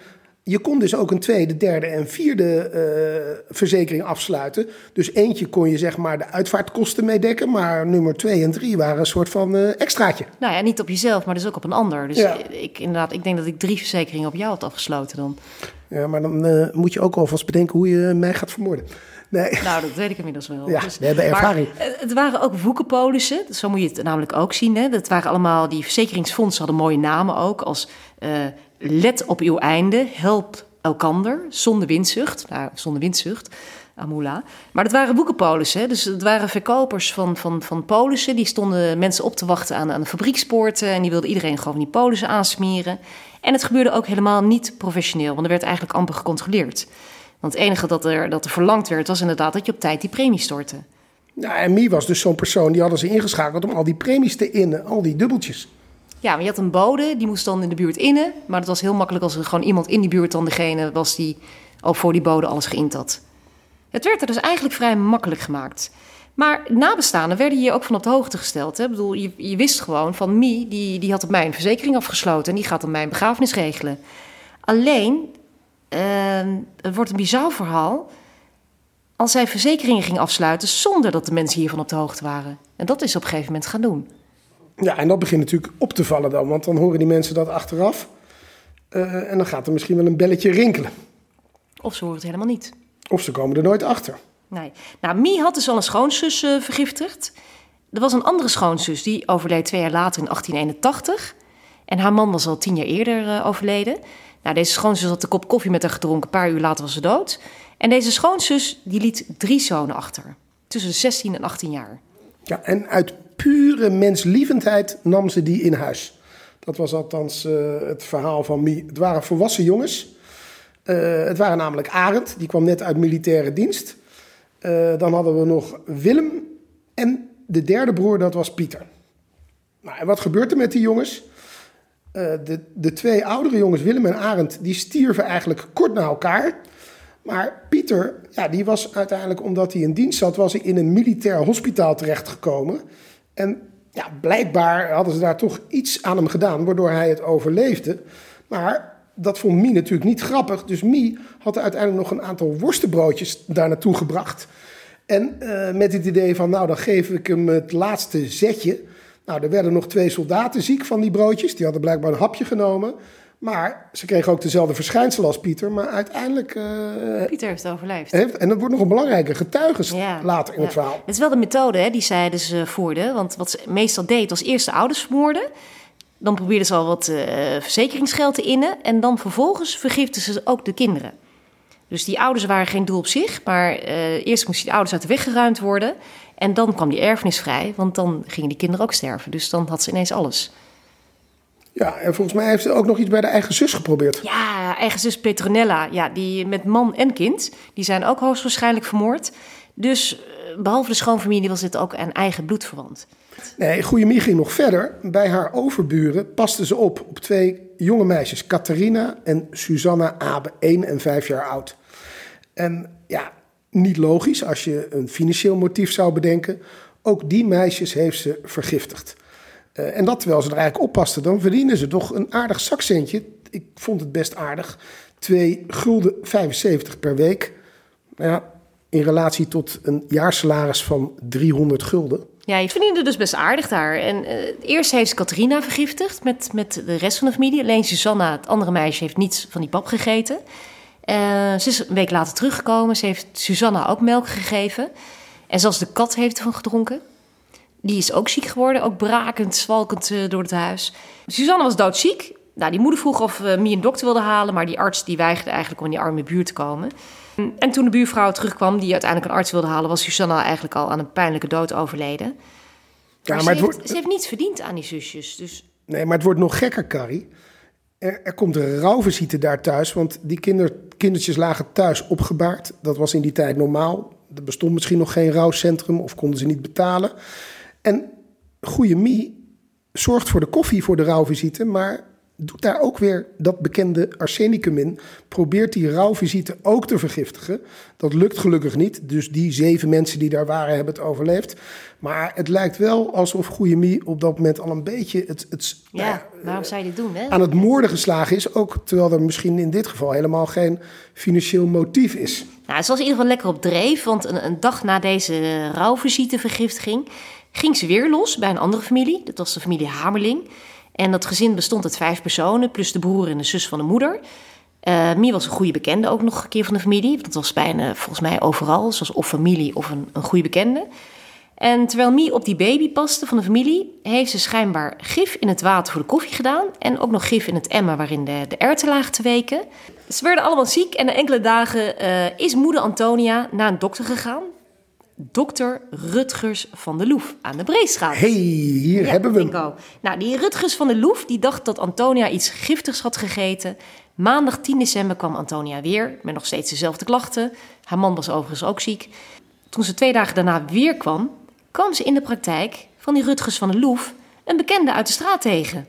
je kon dus ook een tweede, derde en vierde uh, verzekering afsluiten. Dus eentje kon je zeg maar de uitvaartkosten meedekken. Maar nummer twee en drie waren een soort van uh, extraatje. Nou ja, niet op jezelf, maar dus ook op een ander. Dus ja. ik, inderdaad, ik denk dat ik drie verzekeringen op jou had afgesloten dan. Ja, maar dan uh, moet je ook alvast bedenken hoe je mij gaat vermoorden. Nee. Nou, dat weet ik inmiddels wel. Ja, dus, we hebben ervaring. Maar, het waren ook woekerpolissen, zo moet je het namelijk ook zien. Hè? Dat waren allemaal, die verzekeringsfondsen hadden mooie namen ook. Als uh, let op uw einde, help elkander, zonder winzucht. Nou, zonder winzucht, Amula. Maar dat waren woekerpolissen, dus het waren verkopers van, van, van polissen. Die stonden mensen op te wachten aan, aan de fabriekspoorten. En die wilden iedereen gewoon die polissen aansmeren. En het gebeurde ook helemaal niet professioneel, want er werd eigenlijk amper gecontroleerd. Want het enige dat er, dat er verlangd werd, was inderdaad dat je op tijd die premie stortte. Ja, en Mie was dus zo'n persoon, die hadden ze ingeschakeld om al die premies te innen, al die dubbeltjes. Ja, maar je had een bode, die moest dan in de buurt innen. Maar het was heel makkelijk als er gewoon iemand in die buurt dan degene was die al voor die bode alles geïnd had. Het werd er dus eigenlijk vrij makkelijk gemaakt. Maar nabestaanden werden hier ook van op de hoogte gesteld. Hè? Ik bedoel, je, je wist gewoon van Mie, die, die had op mij een verzekering afgesloten en die gaat dan mijn begrafenis regelen. Alleen... Uh, het wordt een bizar verhaal als zij verzekeringen ging afsluiten zonder dat de mensen hiervan op de hoogte waren. En dat is op een gegeven moment gaan doen. Ja, en dat begint natuurlijk op te vallen dan, want dan horen die mensen dat achteraf uh, en dan gaat er misschien wel een belletje rinkelen. Of ze horen het helemaal niet. Of ze komen er nooit achter. Nee. Nou, Mie had dus al een schoonzus uh, vergiftigd. Er was een andere schoonzus die overleed twee jaar later in achttien eenentachtig. En haar man was al tien jaar eerder uh, overleden. Nou, deze schoonzus had een kop koffie met haar gedronken. Een paar uur later was ze dood. En deze schoonzus die liet drie zonen achter. Tussen de zestien en achttien jaar. Ja, en uit pure menslievendheid nam ze die in huis. Dat was althans uh, het verhaal van Mie. Het waren volwassen jongens. Uh, het waren namelijk Arend, die kwam net uit militaire dienst. Uh, dan hadden we nog Willem en de derde broer, dat was Pieter. Nou, en wat gebeurt er met die jongens? Uh, de, de twee oudere jongens, Willem en Arend, die stierven eigenlijk kort na elkaar. Maar Pieter, ja, die was uiteindelijk, omdat hij in dienst zat, was hij in een militair hospitaal terechtgekomen. En ja, blijkbaar hadden ze daar toch iets aan hem gedaan, waardoor hij het overleefde. Maar dat vond Mie natuurlijk niet grappig. Dus Mie had uiteindelijk nog een aantal worstenbroodjes daar naartoe gebracht. En uh, met het idee van, nou, dan geef ik hem het laatste zetje. Nou, er werden nog twee soldaten ziek van die broodjes. Die hadden blijkbaar een hapje genomen. Maar ze kregen ook dezelfde verschijnselen als Pieter. Maar uiteindelijk... Uh, Pieter heeft overleefd. Heeft, en dat wordt nog een belangrijke getuige ja, later in ja. het verhaal. Het is wel de methode hè, die zij dus uh, voerden. Want wat ze meestal deed, was eerst de ouders vermoorden. Dan probeerden ze al wat uh, verzekeringsgeld te innen. En dan vervolgens vergiftigden ze ook de kinderen. Dus die ouders waren geen doel op zich. Maar uh, eerst moesten die ouders uit de weg geruimd worden. En dan kwam die erfenis vrij. Want dan gingen die kinderen ook sterven. Dus dan had ze ineens alles. Ja, en volgens mij heeft ze ook nog iets bij de eigen zus geprobeerd. Ja, eigen zus Petronella. Ja, die met man en kind. Die zijn ook hoogstwaarschijnlijk vermoord. Dus behalve de schoonfamilie was dit ook een eigen bloedverwant. Nee, goeie Mie ging nog verder. Bij haar overburen paste ze op op twee jonge meisjes. Catharina en Susanna Abe, één en vijf jaar oud. En ja, niet logisch als je een financieel motief zou bedenken. Ook die meisjes heeft ze vergiftigd. Uh, en dat terwijl ze er eigenlijk oppasten, dan verdienen ze toch een aardig zakcentje. Ik vond het best aardig. twee gulden vijfenzeventig per week. Nou ja, in relatie tot een jaarsalaris van driehonderd gulden. Ja, je verdiende dus best aardig daar. En uh, eerst heeft ze Catharina vergiftigd met, met de rest van de familie. Alleen Susanna, het andere meisje, heeft niets van die pap gegeten. Uh, ze is een week later teruggekomen. Ze heeft Susanna ook melk gegeven. En zelfs de kat heeft ervan gedronken. Die is ook ziek geworden, ook brakend, zwalkend uh, door het huis. Susanne was doodziek. Nou, die moeder vroeg of uh, Mie een dokter wilde halen, maar die arts die weigerde eigenlijk om in die arme buurt te komen. En toen de buurvrouw terugkwam, die uiteindelijk een arts wilde halen, was Susanna eigenlijk al aan een pijnlijke dood overleden. Ja, maar, maar ze, heeft, wordt... ze heeft niets verdiend aan die zusjes. Dus... Nee, maar het wordt nog gekker, Carrie. Er, er komt een rouwvisite daar thuis, want die kinder, kindertjes lagen thuis opgebaard. Dat was in die tijd normaal. Er bestond misschien nog geen rouwcentrum of konden ze niet betalen. En goeie Mie zorgt voor de koffie voor de rouwvisite, maar doet daar ook weer dat bekende arsenicum in. Probeert die rouwvisite ook te vergiftigen. Dat lukt gelukkig niet. Dus die zeven mensen die daar waren hebben het overleefd. Maar het lijkt wel alsof Goeie Mie op dat moment al een beetje het, het, ja, nou, waarom zou je dit doen, hè? aan het moorden geslagen is. Ook terwijl er misschien in dit geval helemaal geen financieel motief is. Nou, ze was in ieder geval lekker op dreef. Want een, een dag na deze rouwvisitevergiftiging ging ze weer los bij een andere familie. Dat was de familie Hamerling. En dat gezin bestond uit vijf personen, plus de broer en de zus van de moeder. Uh, Mie was een goede bekende ook nog een keer van de familie. Dat was bijna volgens mij overal, zoals of familie of een, een goede bekende. En terwijl Mie op die baby paste van de familie, heeft ze schijnbaar gif in het water voor de koffie gedaan. En ook nog gif in het emmer waarin de, de erwten lagen te weken. Ze werden allemaal ziek en na enkele dagen uh, is moeder Antonia naar een dokter gegaan. Dokter Rutgers van de Loef aan de Breestraat. Hey, hier ja, hebben we hem. Bingo. Nou, die Rutgers van de Loef die dacht dat Antonia iets giftigs had gegeten. Maandag tien december kwam Antonia weer met nog steeds dezelfde klachten. Haar man was overigens ook ziek. Toen ze twee dagen daarna weer kwam, kwam ze in de praktijk van die Rutgers van de Loef een bekende uit de straat tegen.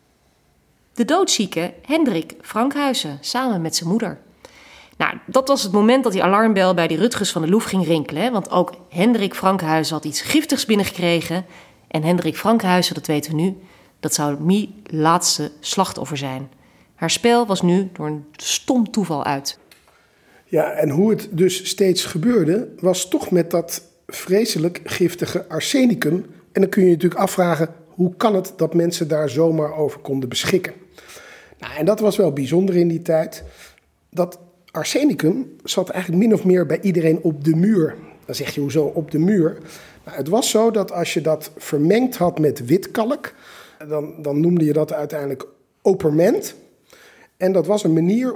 De doodzieke Hendrik Frankhuizen, samen met zijn moeder. Nou, dat was het moment dat die alarmbel bij die Rutgers van de Loef ging rinkelen. Hè? Want ook Hendrik Frankhuizen had iets giftigs binnengekregen. En Hendrik Frankhuizen, dat weten we nu, dat zou Mie laatste slachtoffer zijn. Haar spel was nu door een stom toeval uit. Ja, en hoe het dus steeds gebeurde, was toch met dat vreselijk giftige arsenicum. En dan kun je je natuurlijk afvragen, hoe kan het dat mensen daar zomaar over konden beschikken? Nou, en dat was wel bijzonder in die tijd. Dat arsenicum zat eigenlijk min of meer bij iedereen op de muur. Dan zeg je, hoezo op de muur? Nou, het was zo dat als je dat vermengd had met witkalk, dan, dan noemde je dat uiteindelijk operment. En dat was een manier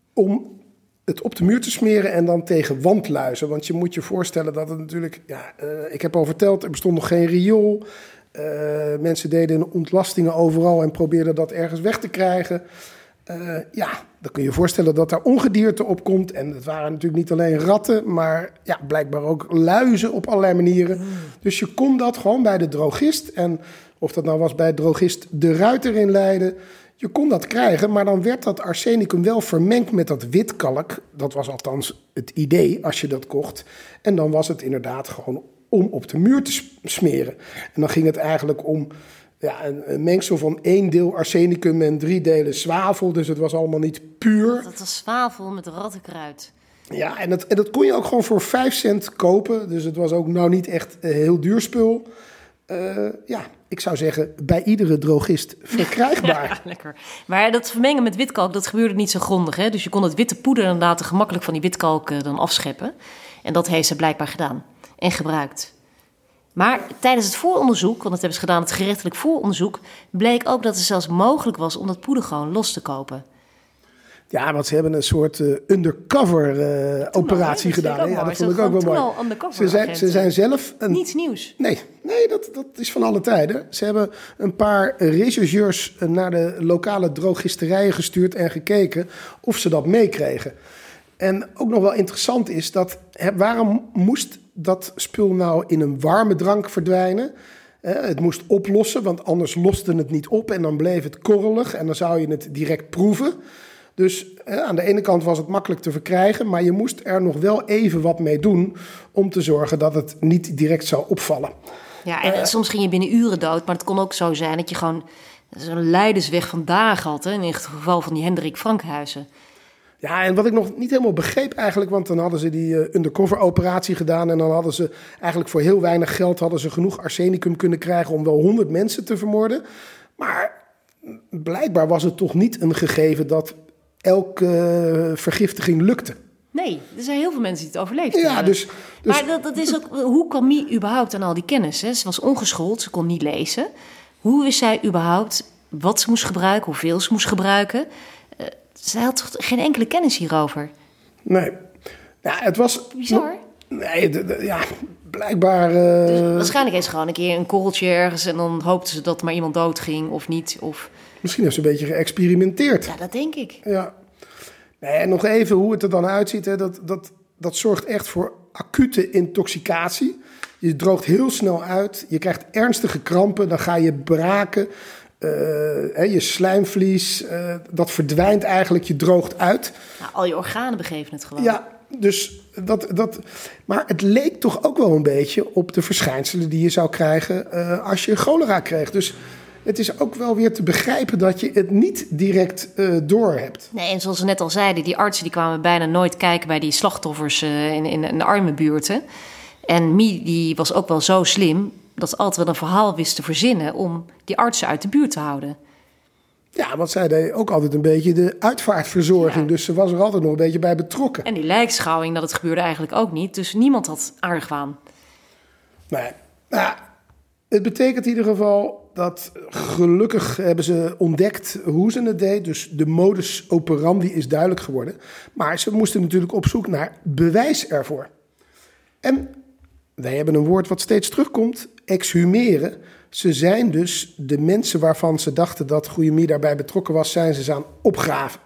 om het op de muur te smeren en dan tegen wandluizen. Want je moet je voorstellen dat het natuurlijk, ja, uh, ik heb al verteld, er bestond nog geen riool. Uh, mensen deden ontlastingen overal en probeerden dat ergens weg te krijgen. Uh, ja, dan kun je je voorstellen dat daar ongedierte op komt. En het waren natuurlijk niet alleen ratten, maar ja, blijkbaar ook luizen op allerlei manieren. Mm. Dus je kon dat gewoon bij de drogist. En of dat nou was bij de drogist De Ruiter in Leiden, je kon dat krijgen, maar dan werd dat arsenicum wel vermengd met dat witkalk. Dat was althans het idee als je dat kocht. En dan was het inderdaad gewoon om op de muur te smeren. En dan ging het eigenlijk om ja, een, een mengsel van één deel arsenicum en drie delen zwavel. Dus het was allemaal niet puur. Dat was zwavel met rattenkruid. Ja, en dat, en dat kon je ook gewoon voor vijf cent kopen. Dus het was ook nou niet echt uh, heel duur spul. Uh, ja, ik zou zeggen, bij iedere drogist verkrijgbaar. Ja, lekker. Maar dat vermengen met witkalk, dat gebeurde niet zo grondig. Hè? Dus je kon het witte poeder inderdaad gemakkelijk van die witkalk uh, dan afscheppen. En dat heeft ze blijkbaar gedaan en gebruikt. Maar tijdens het vooronderzoek, want dat hebben ze gedaan, het gerechtelijk vooronderzoek, bleek ook dat het zelfs mogelijk was om dat poeder gewoon los te kopen. Ja, want ze hebben een soort uh, undercover uh, operatie al, gedaan. Ja, dat vond ik ook wel mooi. Ze zijn, ze zijn zelf een, niets nieuws. Nee, nee dat, dat is van alle tijden. Ze hebben een paar rechercheurs naar de lokale drogisterijen gestuurd en gekeken of ze dat meekregen. En ook nog wel interessant is dat, hè, waarom moest dat spul nou in een warme drank verdwijnen? Eh, het moest oplossen, want anders loste het niet op en dan bleef het korrelig en dan zou je het direct proeven. Dus eh, aan de ene kant was het makkelijk te verkrijgen, maar je moest er nog wel even wat mee doen om te zorgen dat het niet direct zou opvallen. Ja, en uh, soms ging je binnen uren dood, maar het kon ook zo zijn dat je gewoon zo'n leidersweg van dagen had, hè, in het geval van die Hendrik Frankhuizen. Ja, en wat ik nog niet helemaal begreep eigenlijk, want dan hadden ze die uh, undercover operatie gedaan en dan hadden ze eigenlijk voor heel weinig geld hadden ze genoeg arsenicum kunnen krijgen om wel honderd mensen te vermoorden. Maar blijkbaar was het toch niet een gegeven dat elke uh, vergiftiging lukte. Nee, er zijn heel veel mensen die het overleefden. Ja, dus, dus, maar dat, dat is ook, hoe kwam Mie überhaupt aan al die kennis? Hè? Ze was ongeschoold, ze kon niet lezen. Hoe wist zij überhaupt wat ze moest gebruiken, hoeveel ze moest gebruiken? Uh, zij had toch geen enkele kennis hierover? Nee. Ja, het was... Bizar. Nee, de, de, ja, blijkbaar... Uh... Dus waarschijnlijk heeft ze gewoon een keer een korreltje ergens en dan hoopte ze dat maar iemand doodging of niet. Of... Misschien heeft ze een beetje geëxperimenteerd. Ja, dat denk ik. Ja. Nee, en nog even hoe het er dan uitziet. Hè, dat, dat, dat zorgt echt voor acute intoxicatie. Je droogt heel snel uit. Je krijgt ernstige krampen. Dan ga je braken. Uh, je slijmvlies, uh, dat verdwijnt eigenlijk, je droogt uit. Nou, al je organen begeven het gewoon. Ja, dus dat, dat... Maar het leek toch ook wel een beetje op de verschijnselen die je zou krijgen uh, als je cholera kreeg. Dus het is ook wel weer te begrijpen dat je het niet direct uh, door hebt. Nee, en zoals we net al zeiden, die artsen die kwamen bijna nooit kijken bij die slachtoffers uh, in, in, in de arme buurten. En Mie die was ook wel zo slim dat ze altijd wel een verhaal wist te verzinnen om die artsen uit de buurt te houden. Ja, want zij deed ook altijd een beetje de uitvaartverzorging. Ja. Dus ze was er altijd nog een beetje bij betrokken. En die lijkschouwing, dat het gebeurde eigenlijk ook niet. Dus niemand had argwaan. Nee, nou, het betekent in ieder geval dat gelukkig hebben ze ontdekt hoe ze het deed. Dus de modus operandi is duidelijk geworden. Maar ze moesten natuurlijk op zoek naar bewijs ervoor. En wij hebben een woord wat steeds terugkomt, exhumeren. Ze zijn dus de mensen waarvan ze dachten dat Goeie Mie daarbij betrokken was, zijn ze aan opgraven.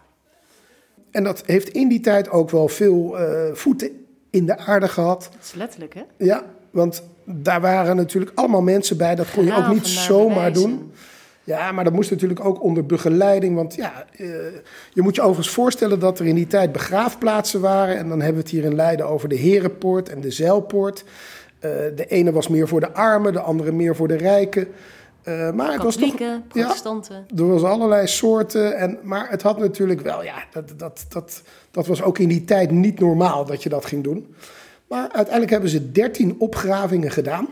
En dat heeft in die tijd ook wel veel uh, voeten in de aarde gehad. Dat is letterlijk, hè? Ja, want daar waren natuurlijk allemaal mensen bij. Dat kon je ook niet zomaar doen. Ja, maar dat moest natuurlijk ook onder begeleiding. Want ja, uh, je moet je overigens voorstellen dat er in die tijd begraafplaatsen waren. En dan hebben we het hier in Leiden over de Herenpoort en de Zijlpoort. Uh, de ene was meer voor de armen, de andere meer voor de rijken. Uh, maar het was toch, protestanten. Ja, er was allerlei soorten. En, maar het had natuurlijk wel, ja, dat, dat, dat, dat was ook in die tijd niet normaal dat je dat ging doen. Maar uiteindelijk hebben ze dertien opgravingen gedaan.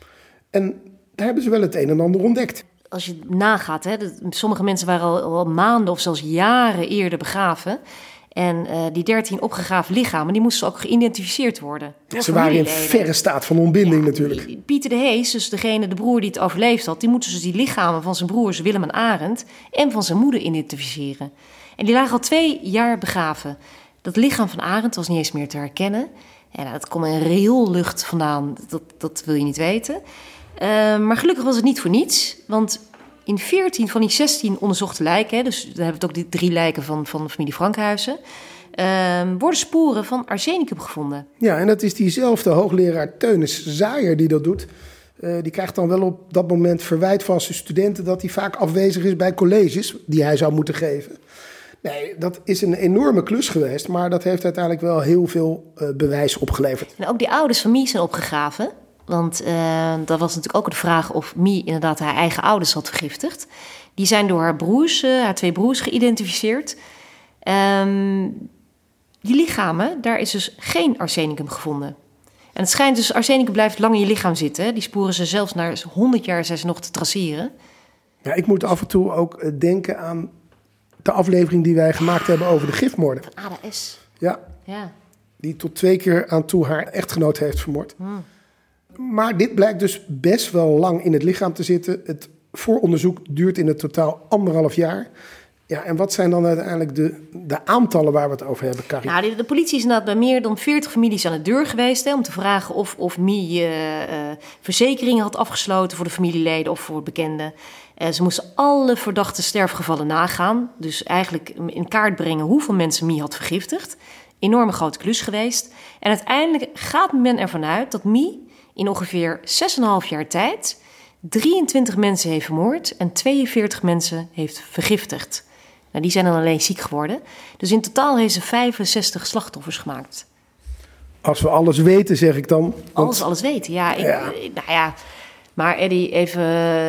En daar hebben ze wel het een en ander ontdekt. Als je nagaat, hè, dat, sommige mensen waren al, al maanden of zelfs jaren eerder begraven. En uh, die dertien opgegraven lichamen, die moesten ook geïdentificeerd worden. Ze waren in verre staat van ontbinding ja, natuurlijk. Pieter de Hees, dus degene, de broer die het overleefd had, die moesten dus die lichamen van zijn broers Willem en Arend en van zijn moeder identificeren. En die lagen al twee jaar begraven. Dat lichaam van Arend was niet eens meer te herkennen. En dat kwam in rioollucht vandaan, dat, dat wil je niet weten. Uh, maar gelukkig was het niet voor niets, want in veertien van die zestien onderzochte lijken, hè, dus dan hebben we het ook die drie lijken van, van de familie Frankhuizen, uh, worden sporen van arsenicum gevonden. Ja, en dat is diezelfde hoogleraar Teunis Zaaier die dat doet. Uh, die krijgt dan wel op dat moment verwijt van zijn studenten dat hij vaak afwezig is bij colleges die hij zou moeten geven. Nee, dat is een enorme klus geweest, maar dat heeft uiteindelijk wel heel veel uh, bewijs opgeleverd. En ook die ouders van Mie zijn opgegraven. Want uh, dat was natuurlijk ook de vraag of Mie inderdaad haar eigen ouders had vergiftigd. Die zijn door haar broers, uh, haar twee broers, geïdentificeerd. Um, die lichamen, daar is dus geen arsenicum gevonden. En het schijnt dus, arsenicum blijft lang in je lichaam zitten. Die sporen ze zelfs na honderd jaar zijn ze nog te traceren. Ja, ik moet af en toe ook denken aan de aflevering die wij gemaakt hebben over de gifmoorden. Van Ada S. Ja, ja, die tot twee keer aan toe haar echtgenoot heeft vermoord. Hmm. Maar dit blijkt dus best wel lang in het lichaam te zitten. Het vooronderzoek duurt in het totaal anderhalf jaar. Ja, en wat zijn dan uiteindelijk de, de aantallen waar we het over hebben, Carrie? Nou, de, de politie is inderdaad bij meer dan veertig families aan de deur geweest, hè, om te vragen of, of Mie uh, uh, verzekeringen had afgesloten voor de familieleden of voor bekenden. Uh, ze moesten alle verdachte sterfgevallen nagaan. Dus eigenlijk in kaart brengen hoeveel mensen Mie had vergiftigd. Enorme grote klus geweest. En uiteindelijk gaat men ervan uit dat Mie in ongeveer zes komma vijf jaar tijd drieëntwintig mensen heeft vermoord en tweeënveertig mensen heeft vergiftigd. Nou, die zijn dan alleen ziek geworden. Dus in totaal heeft ze vijfenzestig slachtoffers gemaakt. Als we alles weten, zeg ik dan. Want... Als we alles weten, ja. Ik, ja. Nou ja, maar Eddie, even,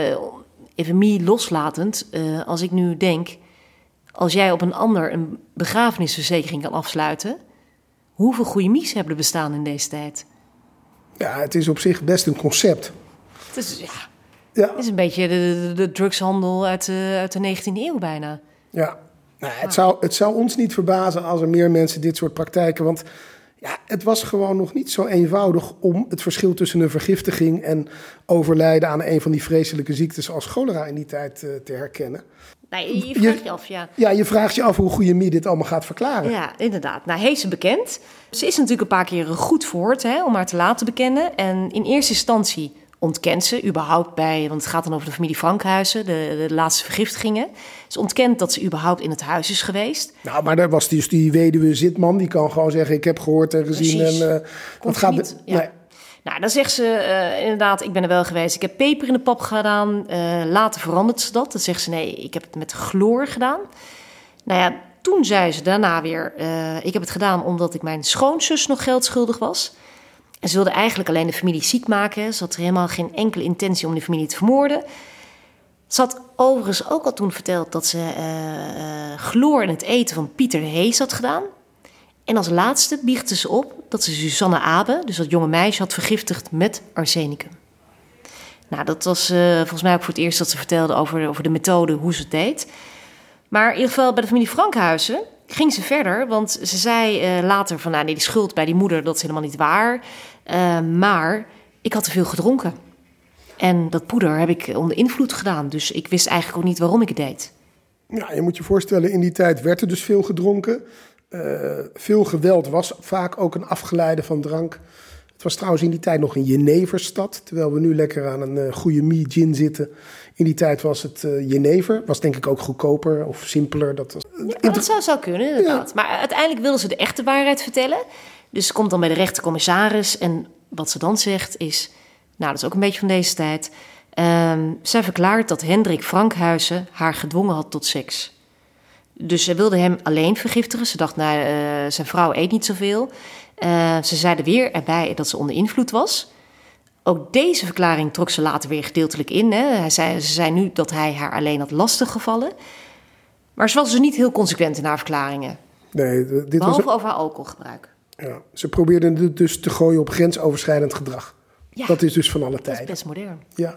even Mie loslatend. Uh, als ik nu denk, als jij op een ander een begrafenisverzekering kan afsluiten, hoeveel goede Mies hebben er bestaan in deze tijd? Ja, het is op zich best een concept. Het is, ja, ja. Het is een beetje de, de, de drugshandel uit de, uit de negentiende eeuw bijna. Ja, nou, het, zou, het zou ons niet verbazen als er meer mensen dit soort praktijken... Want ja, het was gewoon nog niet zo eenvoudig om het verschil tussen een vergiftiging en overlijden aan een van die vreselijke ziektes als cholera in die tijd uh, te herkennen. Nee, je vraagt je, je af, ja. Ja, je vraagt je af hoe goede Mie dit allemaal gaat verklaren. Ja, inderdaad. Nou, heeft ze bekend. Ze is natuurlijk een paar keer goed verhoord, hè, om haar te laten bekennen. En in eerste instantie ontkent ze überhaupt bij, want het gaat dan over de familie Frankhuizen, de, de laatste vergiftigingen. Ze ontkent dat ze überhaupt in het huis is geweest. Nou, maar daar was dus die weduwe Zitman, die kan gewoon zeggen, ik heb gehoord en gezien. Precies. En, uh, dat gaat niet. Ja. Nee. Nou, dan zegt ze uh, inderdaad, ik ben er wel geweest. Ik heb peper in de pap gedaan. Uh, later verandert ze dat. Dan zegt ze, nee, ik heb het met chloor gedaan. Nou ja, toen zei ze daarna weer... Uh, ik heb het gedaan omdat ik mijn schoonzus nog geld schuldig was. En ze wilde eigenlijk alleen de familie ziek maken. Ze had helemaal geen enkele intentie om de familie te vermoorden. Ze had overigens ook al toen verteld dat ze uh, uh, chloor in het eten van Pieter Hees had gedaan. En als laatste biechtte ze op dat ze Suzanne Abe, dus dat jonge meisje, had vergiftigd met arsenicum. Nou, dat was uh, volgens mij ook voor het eerst dat ze vertelde over, over de methode, hoe ze het deed. Maar in ieder geval bij de familie Frankhuizen ging ze verder, want ze zei uh, later van, nou nee, die schuld bij die moeder, dat is helemaal niet waar. Uh, maar ik had te veel gedronken. En dat poeder heb ik onder invloed gedaan, dus ik wist eigenlijk ook niet waarom ik het deed. Ja, je moet je voorstellen, in die tijd werd er dus veel gedronken. Uh, veel geweld was vaak ook een afgeleide van drank. Het was trouwens in die tijd nog een jeneverstad. Terwijl we nu lekker aan een uh, goede Mee gin zitten. In die tijd was het uh, jenever. Was denk ik ook goedkoper of simpeler. Dat, was, uh, ja, dat zou, zou kunnen, inderdaad. Ja. Maar uiteindelijk wilden ze de echte waarheid vertellen. Dus ze komt dan bij de rechtercommissaris. En wat ze dan zegt is... Nou, dat is ook een beetje van deze tijd. Uh, zij verklaart dat Hendrik Frankhuizen haar gedwongen had tot seks. Dus ze wilde hem alleen vergiftigen. Ze dacht, nou, uh, zijn vrouw eet niet zoveel. Uh, ze zeiden weer erbij dat ze onder invloed was. Ook deze verklaring trok ze later weer gedeeltelijk in. Hè. Hij zei, ze zei nu dat hij haar alleen had lastiggevallen. Maar ze was dus niet heel consequent in haar verklaringen. Nee, dit Behalve was... over haar alcoholgebruik. Ja, ze probeerde dus te gooien op grensoverschrijdend gedrag. Ja, dat is dus van alle tijden. Dat is best modern. Ja.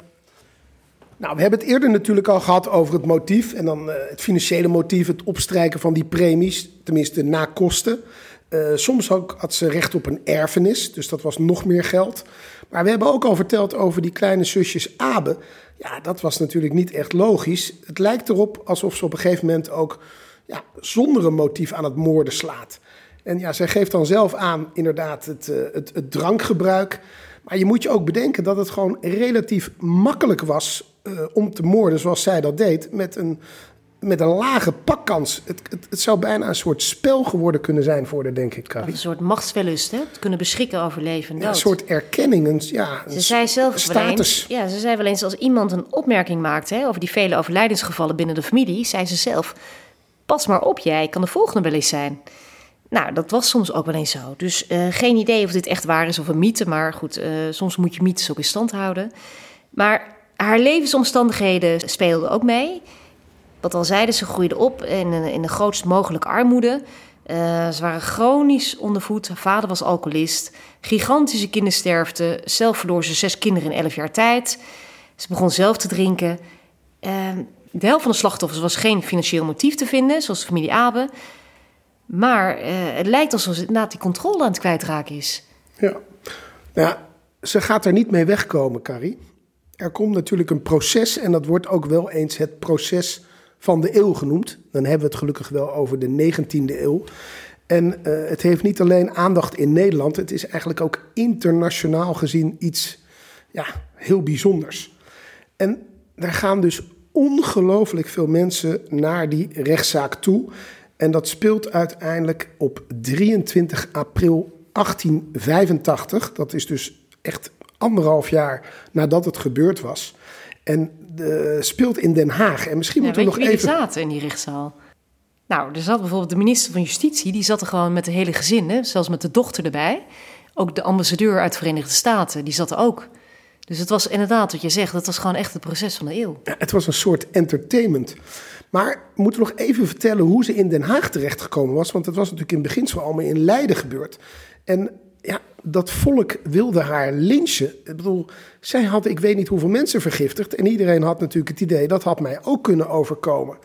Nou, we hebben het eerder natuurlijk al gehad over het motief. En dan uh, het financiële motief, het opstrijken van die premies. Tenminste, na kosten. Uh, soms ook had ze recht op een erfenis. Dus dat was nog meer geld. Maar we hebben ook al verteld over die kleine zusjes Abe. Ja, dat was natuurlijk niet echt logisch. Het lijkt erop alsof ze op een gegeven moment ook ja, zonder een motief aan het moorden slaat. En ja, zij geeft dan zelf aan inderdaad het, uh, het, het drankgebruik. Maar je moet je ook bedenken dat het gewoon relatief makkelijk was uh, om te moorden zoals zij dat deed. Met een, met een lage pakkans. Het, het, het zou bijna een soort spel geworden kunnen zijn voor haar, denk ik, Carrie. Een soort machtswellust, hè? Het kunnen beschikken over leven en dood. Ja, een soort erkenning, een, ja, ze zei zelf status. Wel eens, ja, ze zei wel eens als iemand een opmerking maakte hè, over die vele overlijdensgevallen binnen de familie, zei ze zelf, pas maar op jij, kan de volgende wel eens zijn. Nou, dat was soms ook wel eens zo. Dus uh, geen idee of dit echt waar is of een mythe. Maar goed, uh, soms moet je mythes ook in stand houden. Maar haar levensomstandigheden speelden ook mee. Wat al zeiden, ze groeide op in, in de grootst mogelijke armoede. Uh, ze waren chronisch ondervoed. Haar vader was alcoholist. Gigantische kindersterfte. Zelf verloor ze zes kinderen in elf jaar tijd. Ze begon zelf te drinken. Uh, de helft van de slachtoffers was geen financieel motief te vinden, zoals de familie Abe. Maar uh, het lijkt alsof ze inderdaad die controle aan het kwijtraken is. Ja. Nou ja, ze gaat er niet mee wegkomen, Carrie. Er komt natuurlijk een proces en dat wordt ook wel eens het proces van de eeuw genoemd. Dan hebben we het gelukkig wel over de negentiende eeuw. En uh, het heeft niet alleen aandacht in Nederland. Het is eigenlijk ook internationaal gezien iets ja, heel bijzonders. En daar gaan dus ongelooflijk veel mensen naar die rechtszaak toe. En dat speelt uiteindelijk op drieëntwintig april achttien vijfentachtig. Dat is dus echt anderhalf jaar nadat het gebeurd was. En uh, speelt in Den Haag. En misschien ja, moeten we nog even... Weet je wie even... er zaten in die rechtszaal? Nou, er zat bijvoorbeeld de minister van Justitie. Die zat er gewoon met de hele gezin, hè? Zelfs met de dochter erbij. Ook de ambassadeur uit de Verenigde Staten, die zat er ook. Dus het was inderdaad wat je zegt, dat was gewoon echt het proces van de eeuw. Ja, het was een soort entertainment. Maar moeten we nog even vertellen hoe ze in Den Haag terechtgekomen was. Want het was natuurlijk in beginsel allemaal in Leiden gebeurd. En ja, dat volk wilde haar lynchen. Ik bedoel, zij had ik weet niet hoeveel mensen vergiftigd. En iedereen had natuurlijk het idee, dat had mij ook kunnen overkomen.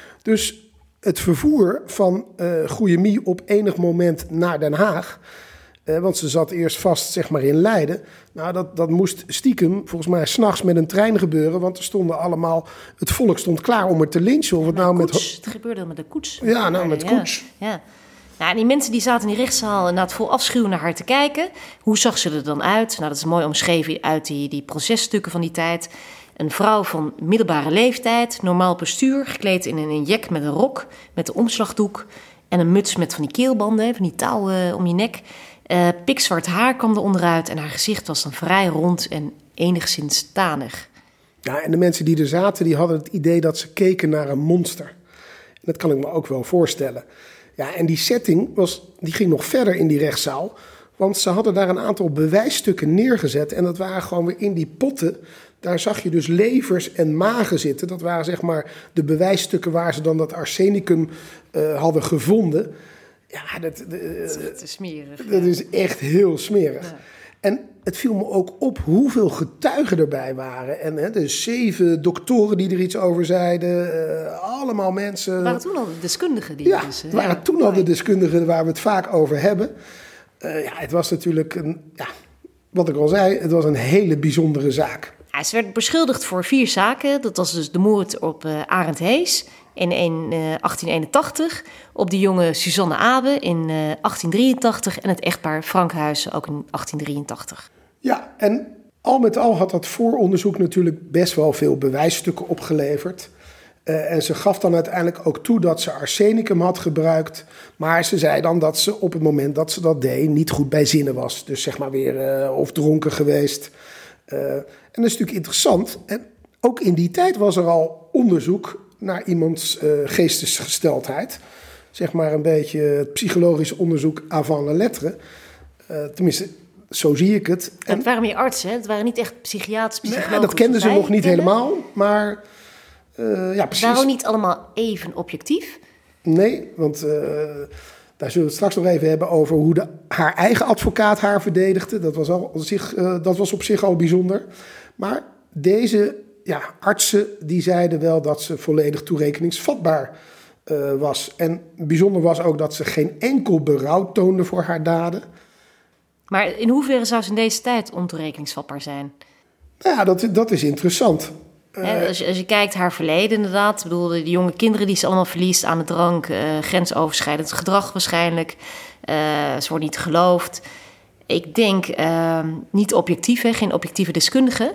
Dus het vervoer van uh, Goeie Mie op enig moment naar Den Haag... Uh, want ze zat eerst vast, zeg maar, in Leiden. Nou, dat, dat moest stiekem, volgens mij, 's nachts met een trein gebeuren. Want er stonden allemaal... Het volk stond klaar om er te lynchen. Of het, nou met koets. Het gebeurde met de koets. Ja, nou, met ja, koets. Ja. Nou, die mensen die zaten in die rechtszaal inderdaad vol afschuw naar haar te kijken. Hoe zag ze er dan uit? Nou, dat is mooi omschreven uit die, die processtukken van die tijd. Een vrouw van middelbare leeftijd, normaal postuur, gekleed in een jack met een rok, met een omslagdoek en een muts met van die keelbanden, van die touw uh, om je nek. Uh, pikzwart haar kwam er onderuit en haar gezicht was dan vrij rond en enigszins tanig. Ja, en de mensen die er zaten, die hadden het idee dat ze keken naar een monster. En dat kan ik me ook wel voorstellen. Ja, en die setting was, die ging nog verder in die rechtszaal. Want ze hadden daar een aantal bewijsstukken neergezet. En dat waren gewoon weer in die potten. Daar zag je dus levers en magen zitten. Dat waren zeg maar de bewijsstukken waar ze dan dat arsenicum uh, hadden gevonden. Ja, dat, uh, dat is smerig. Dat ja. is echt heel smerig. Ja. En het viel me ook op hoeveel getuigen erbij waren. En hè, de zeven doktoren die er iets over zeiden. Uh, allemaal mensen. Het waren toen al de deskundigen. Die ja, dus, het waren ja, toen al de deskundigen waar we het vaak over hebben. Uh, ja, het was natuurlijk, een, ja, wat ik al zei, het was een hele bijzondere zaak. Ja, ze werd beschuldigd voor vier zaken. Dat was dus de moord op uh, Arend Hees in, in uh, achttien eenentachtig... op de jonge Suzanne Abe in uh, achttien drieëntachtig... en het echtpaar Frank Huyssen ook in achttien drieëntachtig. Ja, en al met al had dat vooronderzoek natuurlijk best wel veel bewijsstukken opgeleverd. Uh, en ze gaf dan uiteindelijk ook toe dat ze arsenicum had gebruikt. Maar ze zei dan dat ze op het moment dat ze dat deed niet goed bij zinnen was. Dus zeg maar weer uh, of dronken geweest. Uh, en dat is natuurlijk interessant. En ook in die tijd was er al onderzoek naar iemands uh, geestesgesteldheid. Zeg maar een beetje psychologisch onderzoek avant la lettre. Uh, tenminste, zo zie ik het. En het waren meer artsen, hè? Het waren niet echt psychiaters, psychologen. Nee, dat kenden ze nog niet kennen. helemaal, maar uh, ja, precies. Waren ook niet allemaal even objectief? Nee, want uh, daar zullen we het straks nog even hebben over hoe de, haar eigen advocaat haar verdedigde. Dat was, al, zich, uh, dat was op zich al bijzonder. Maar deze ja, artsen die zeiden wel dat ze volledig toerekeningsvatbaar uh, was. En bijzonder was ook dat ze geen enkel berouw toonde voor haar daden. Maar in hoeverre zou ze in deze tijd ontoerekeningsvatbaar zijn? Nou ja, dat, dat is interessant. He, als, je, als je kijkt haar verleden inderdaad. Ik bedoel, de jonge kinderen die ze allemaal verliest aan de drank. Uh, grensoverschrijdend gedrag waarschijnlijk. Uh, ze wordt niet geloofd. Ik denk, uh, niet objectief, hè, geen objectieve deskundige.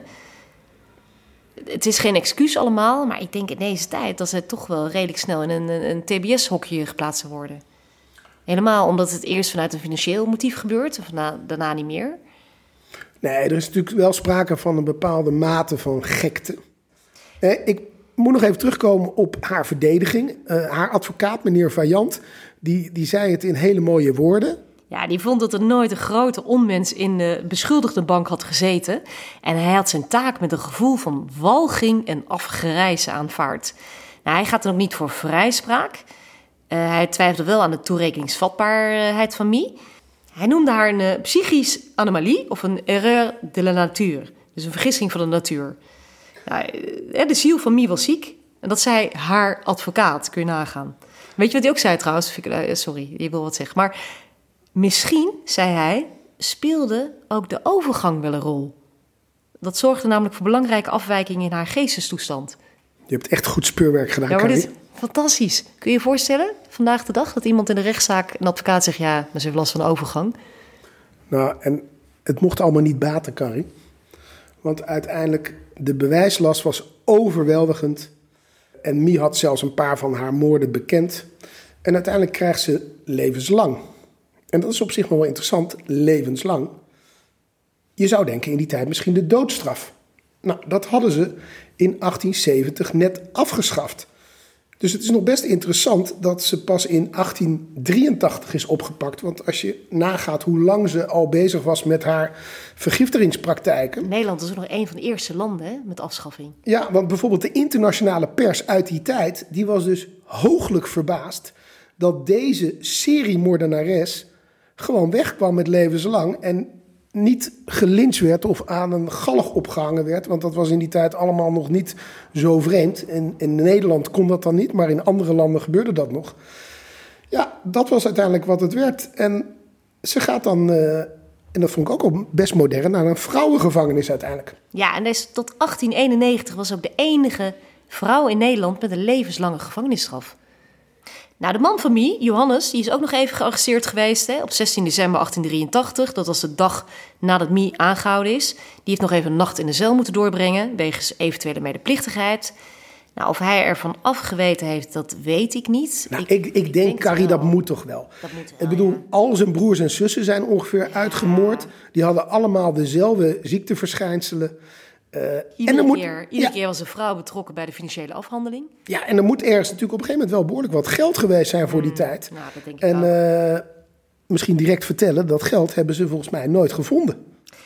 Het is geen excuus allemaal. Maar ik denk in deze tijd dat ze toch wel redelijk snel in een, een, een T B S-hokje geplaatst worden. Helemaal omdat het eerst vanuit een financieel motief gebeurt. En daarna, daarna niet meer. Nee, er is natuurlijk wel sprake van een bepaalde mate van gekte. Eh, ik moet nog even terugkomen op haar verdediging. Uh, haar advocaat, meneer Vaillant, die, die zei het in hele mooie woorden. Ja, die vond dat er nooit een grote onmens in de beschuldigde bank had gezeten. En hij had zijn taak met een gevoel van walging en afgrijzen aanvaard. Nou, hij gaat er ook niet voor vrijspraak. Uh, hij twijfelde wel aan de toerekeningsvatbaarheid van Mie. Hij noemde haar een uh, psychisch anomalie of een erreur de la nature. Dus een vergissing van de natuur. Nou, de ziel van Mie was ziek. En dat zei haar advocaat, kun je nagaan. Weet je wat hij ook zei trouwens? Sorry, je wil wat zeggen. Maar misschien, zei hij, speelde ook de overgang wel een rol. Dat zorgde namelijk voor belangrijke afwijkingen in haar geestestoestand. Je hebt echt goed speurwerk gedaan, ja, maar Carrie. dit, fantastisch. Kun je je voorstellen, vandaag de dag, dat iemand in de rechtszaak, een advocaat zegt, ja, maar ze heeft last van overgang. Nou, en het mocht allemaal niet baten, Carrie. Want uiteindelijk, de bewijslast was overweldigend. En Mie had zelfs een paar van haar moorden bekend. En uiteindelijk krijgt ze levenslang. En dat is op zich nog wel interessant, levenslang. Je zou denken in die tijd misschien de doodstraf. Nou, dat hadden ze in achttien zeventig net afgeschaft. Dus het is nog best interessant dat ze pas in achttien drieëntachtig is opgepakt. Want als je nagaat hoe lang ze al bezig was met haar vergiftigingspraktijken. Nederland is ook nog een van de eerste landen, hè, met afschaffing. Ja, want bijvoorbeeld de internationale pers uit die tijd, die was dus hooglijk verbaasd dat deze seriemoordenares gewoon wegkwam met levenslang en niet gelyncht werd of aan een galg opgehangen werd. Want dat was in die tijd allemaal nog niet zo vreemd. In, in Nederland kon dat dan niet, maar in andere landen gebeurde dat nog. Ja, dat was uiteindelijk wat het werd. En ze gaat dan, uh, en dat vond ik ook al best modern, naar een vrouwengevangenis uiteindelijk. Ja, en deze, tot achttien eenennegentig was ook de enige vrouw in Nederland met een levenslange gevangenisstraf. Nou, de man van Mie, Johannes, die is ook nog even gearresteerd geweest, hè, op zestien december achttien drieëntachtig. Dat was de dag nadat Mie aangehouden is. Die heeft nog even een nacht in de cel moeten doorbrengen, wegens eventuele medeplichtigheid. Nou, of hij ervan afgeweten heeft, dat weet ik niet. Nou, ik, ik, ik, ik denk, denk Carrie, dat moet toch wel. Dat moet wel, ik bedoel, ja. al zijn broers en zussen zijn ongeveer ja. uitgemoord. Die hadden allemaal dezelfde ziekteverschijnselen. Uh, iedere en moet, keer, iedere ja, keer was een vrouw betrokken bij de financiële afhandeling. Ja, en er moet ergens natuurlijk op een gegeven moment wel behoorlijk wat geld geweest zijn voor die mm, tijd. Nou, dat denk ik en ook. Uh, misschien direct vertellen, dat geld hebben ze volgens mij nooit gevonden.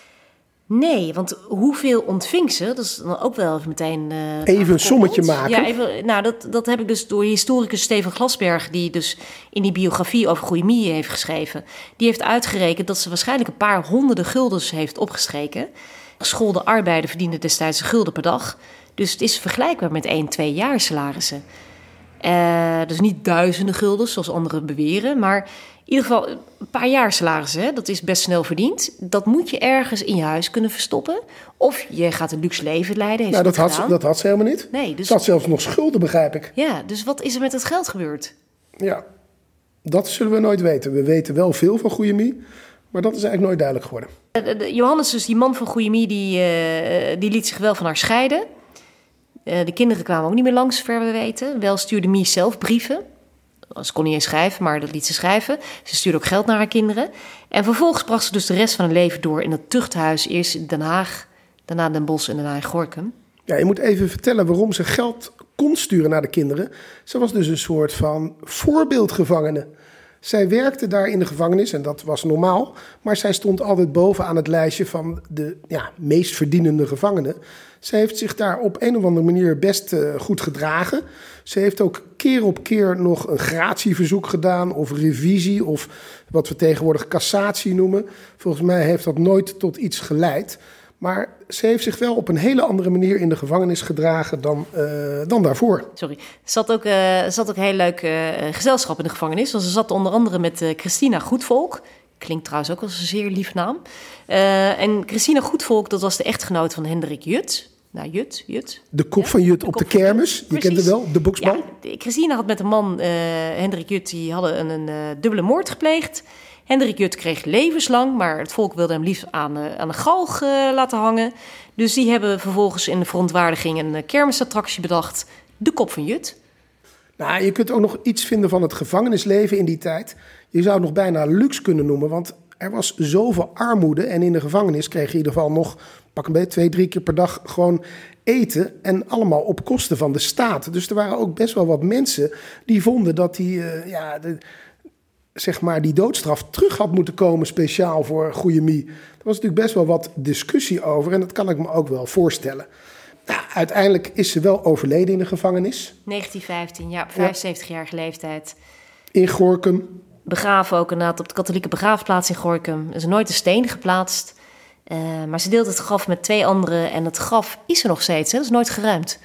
Nee, want hoeveel ontving ze? Dat is dan ook wel even meteen... Uh, even een sommetje maken. Ja, even, nou, dat, dat heb ik dus door historicus Steven Glasberg, die dus in die biografie over Goeie Mie heeft geschreven. Die heeft uitgerekend dat ze waarschijnlijk een paar honderden guldens heeft opgestreken. Geschoolde arbeider verdiende destijds een gulden per dag. Dus het is vergelijkbaar met één, twee jaar salarissen. Uh, dus niet duizenden guldens, zoals anderen beweren, maar in ieder geval een paar jaar salarissen, hè? Dat is best snel verdiend. Dat moet je ergens in je huis kunnen verstoppen. Of je gaat een luxe leven leiden. Nou, dat had, ze, dat had ze helemaal niet. Nee, dus... Ze had zelfs nog schulden, begrijp ik. Ja, dus wat is er met het geld gebeurd? Ja, dat zullen we nooit weten. We weten wel veel van Goeie Mie, maar dat is eigenlijk nooit duidelijk geworden. De, de, Johannes, dus die man van Goeie Mie, die, uh, die liet zich wel van haar scheiden. Uh, de kinderen kwamen ook niet meer langs, ver we weten. Wel stuurde Mie zelf brieven. Ze kon niet eens schrijven, maar dat liet ze schrijven. Ze stuurde ook geld naar haar kinderen. En vervolgens bracht ze dus de rest van haar leven door in het tuchthuis. Eerst in Den Haag, daarna Den Bosch en daarna in Gorinchem. Ja, je moet even vertellen waarom ze geld kon sturen naar de kinderen. Ze was dus een soort van voorbeeldgevangene. Zij werkte daar in de gevangenis en dat was normaal. Maar zij stond altijd bovenaan het lijstje van de ja, meest verdienende gevangenen. Ze heeft zich daar op een of andere manier best uh, goed gedragen. Ze heeft ook keer op keer nog een gratieverzoek gedaan of revisie of wat we tegenwoordig cassatie noemen. Volgens mij heeft dat nooit tot iets geleid. Maar ze heeft zich wel op een hele andere manier in de gevangenis gedragen dan, uh, dan daarvoor. Sorry. Er zat ook, uh, zat ook een heel leuk uh, gezelschap in de gevangenis. Want ze zat onder andere met uh, Christina Goedvolk. Klinkt trouwens ook als een zeer lief naam. Uh, en Christina Goedvolk, dat was de echtgenoot van Hendrik Jut. Nou, Jut, Jut. De kop ja, van Jut de op de kermis. Je Precies. kent het wel, de boksbal. Ja, Christina had met een man, uh, Hendrik Jut, die hadden een, een uh, dubbele moord gepleegd. Hendrik Jut kreeg levenslang, maar het volk wilde hem liefst aan, uh, aan een galg uh, laten hangen. Dus die hebben vervolgens in de verontwaardiging een uh, kermisattractie bedacht. De kop van Jut. Nou, je kunt ook nog iets vinden van het gevangenisleven in die tijd. Je zou het nog bijna luxe kunnen noemen, want er was zoveel armoede. En in de gevangenis kreeg je in ieder geval nog, pak een beetje, twee, drie keer per dag gewoon eten. En allemaal op kosten van de staat. Dus er waren ook best wel wat mensen die vonden dat die, uh, ja, de, zeg maar die doodstraf terug had moeten komen speciaal voor Goeie Mie. Er was natuurlijk best wel wat discussie over en dat kan ik me ook wel voorstellen. Nou, uiteindelijk is ze wel overleden in de gevangenis. negentien vijftien, ja, op vijfenzeventigjarige leeftijd. In Gorinchem. Begraven ook inderdaad op de katholieke begraafplaats in Gorinchem. Er is nooit een steen geplaatst. Uh, maar ze deelt het graf met twee anderen. En het graf is er nog steeds, hè? Dat is nooit geruimd.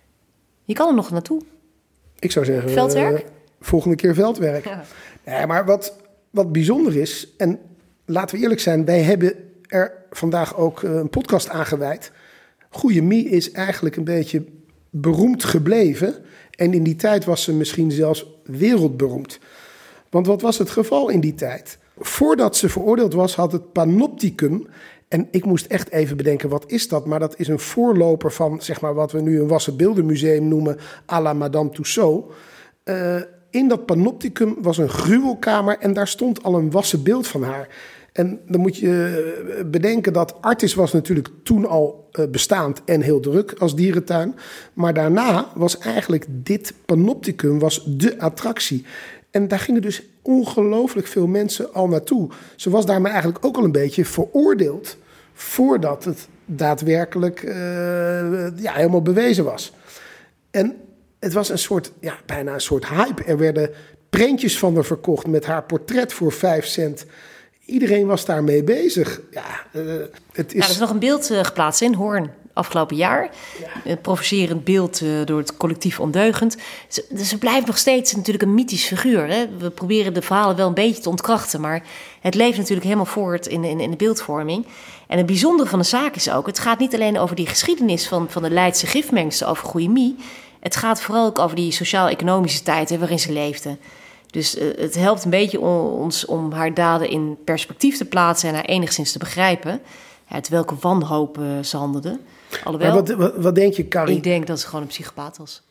Je kan er nog naartoe. Ik zou zeggen, veldwerk? Uh, volgende keer veldwerk. Ja. Nee, maar wat, wat bijzonder is, en laten we eerlijk zijn, wij hebben er vandaag ook een podcast aan gewijd. Goeie Mie is eigenlijk een beetje beroemd gebleven. En in die tijd was ze misschien zelfs wereldberoemd. Want wat was het geval in die tijd? Voordat ze veroordeeld was, had het Panopticum. En ik moest echt even bedenken, wat is dat? Maar dat is een voorloper van, zeg maar, wat we nu een Wassenbeeldenmuseum noemen, à la Madame Tussauds. Uh, in dat Panopticum was een gruwelkamer en daar stond al een wassen beeld van haar. En dan moet je bedenken dat Artis was natuurlijk toen al uh, bestaand en heel druk als dierentuin. Maar daarna was eigenlijk dit Panopticum was de attractie. En daar gingen dus ongelooflijk veel mensen al naartoe. Ze was daarmee eigenlijk ook al een beetje veroordeeld voordat het daadwerkelijk uh, ja, helemaal bewezen was. En het was een soort, ja, bijna een soort hype. Er werden prentjes van haar verkocht met haar portret voor vijf cent. Iedereen was daarmee bezig. Ja, uh, het is... Ja, er is nog een beeld uh, geplaatst in Hoorn afgelopen jaar. Ja. Een provocerend beeld uh, door het collectief Ondeugend. Ze, ze blijft nog steeds natuurlijk een mythisch figuur. Hè? We proberen de verhalen wel een beetje te ontkrachten, maar het leeft natuurlijk helemaal voort in, in, in de beeldvorming. En het bijzondere van de zaak is ook, het gaat niet alleen over die geschiedenis van, van de Leidse gifmengsten over Goeie Mie. Het gaat vooral ook over die sociaal-economische tijd hè, waarin ze leefde. Dus uh, het helpt een beetje om, ons om haar daden in perspectief te plaatsen en haar enigszins te begrijpen. Uit welke wanhoop uh, ze handelde. Alhoewel, maar wat, wat, wat denk je, Carrie? Ik denk dat ze gewoon een psychopaat was.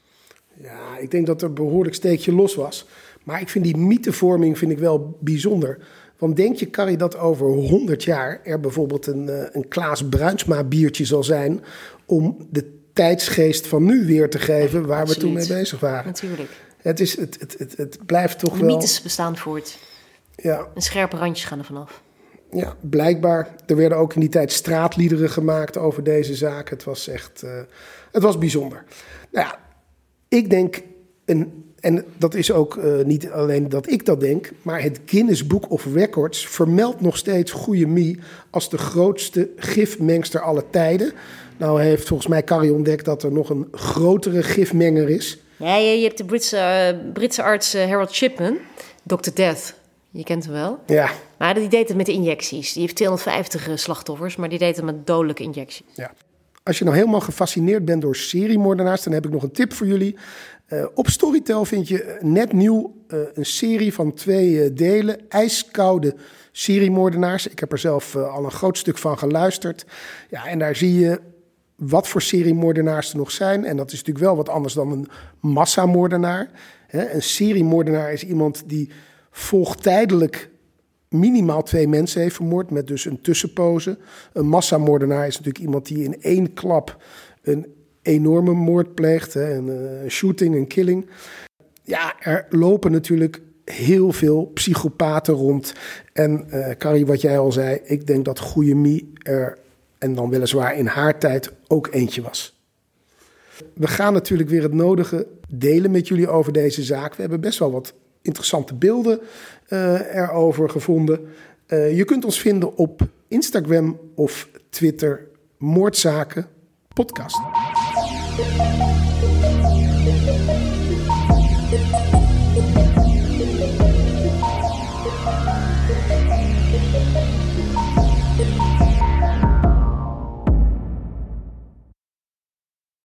Ja, ik denk dat er een behoorlijk steekje los was. Maar ik vind die mythevorming vind ik wel bijzonder. Want denk je, Carrie, dat over honderd jaar er bijvoorbeeld een, een Klaas Bruinsma biertje zal zijn om de tijdsgeest van nu weer te geven waar Absoluut. we toen mee bezig waren? Natuurlijk. Het, is, het, het, het, het blijft toch de wel... mythes bestaan voort. Ja. En scherpe randjes gaan er vanaf. Ja, blijkbaar. Er werden ook in die tijd straatliederen gemaakt over deze zaak. Het was echt... Uh, het was bijzonder. Nou ja, ik denk... Een, en dat is ook uh, niet alleen dat ik dat denk... maar het Guinness Book of Records vermeldt nog steeds Goeie Mie... als de grootste gifmengster aller tijden. Nou heeft volgens mij Carrie ontdekt dat er nog een grotere gifmenger is. Ja, je, je hebt de Britse, uh, Britse arts uh, Harold Shipman, dokter Death. Je kent hem wel. Ja. Maar die deed het met de injecties. Die heeft tweehonderdvijftig uh, slachtoffers, maar die deed het met dodelijke injecties. Ja. Als je nou helemaal gefascineerd bent door seriemoordenaars... dan heb ik nog een tip voor jullie. Uh, op Storytel vind je net nieuw uh, een serie van twee uh, delen. IJskoude seriemoordenaars. Ik heb er zelf uh, al een groot stuk van geluisterd. Ja, en daar zie je wat voor seriemoordenaars er nog zijn. En dat is natuurlijk wel wat anders dan een massamoordenaar. He, een seriemoordenaar is iemand die volgtijdelijk minimaal twee mensen heeft vermoord, met dus een tussenpoze. Een massamoordenaar is natuurlijk iemand die in één klap een enorme moord pleegt. Hè, een uh, shooting, een killing. Ja, er lopen natuurlijk heel veel psychopaten rond. En uh, Carrie, wat jij al zei, ik denk dat Goeie Mie er, en dan weliswaar in haar tijd, ook eentje was. We gaan natuurlijk weer het nodige delen met jullie over deze zaak. We hebben best wel wat interessante beelden uh, erover gevonden. Uh, je kunt ons vinden op Instagram of Twitter, Moordzaken Podcast.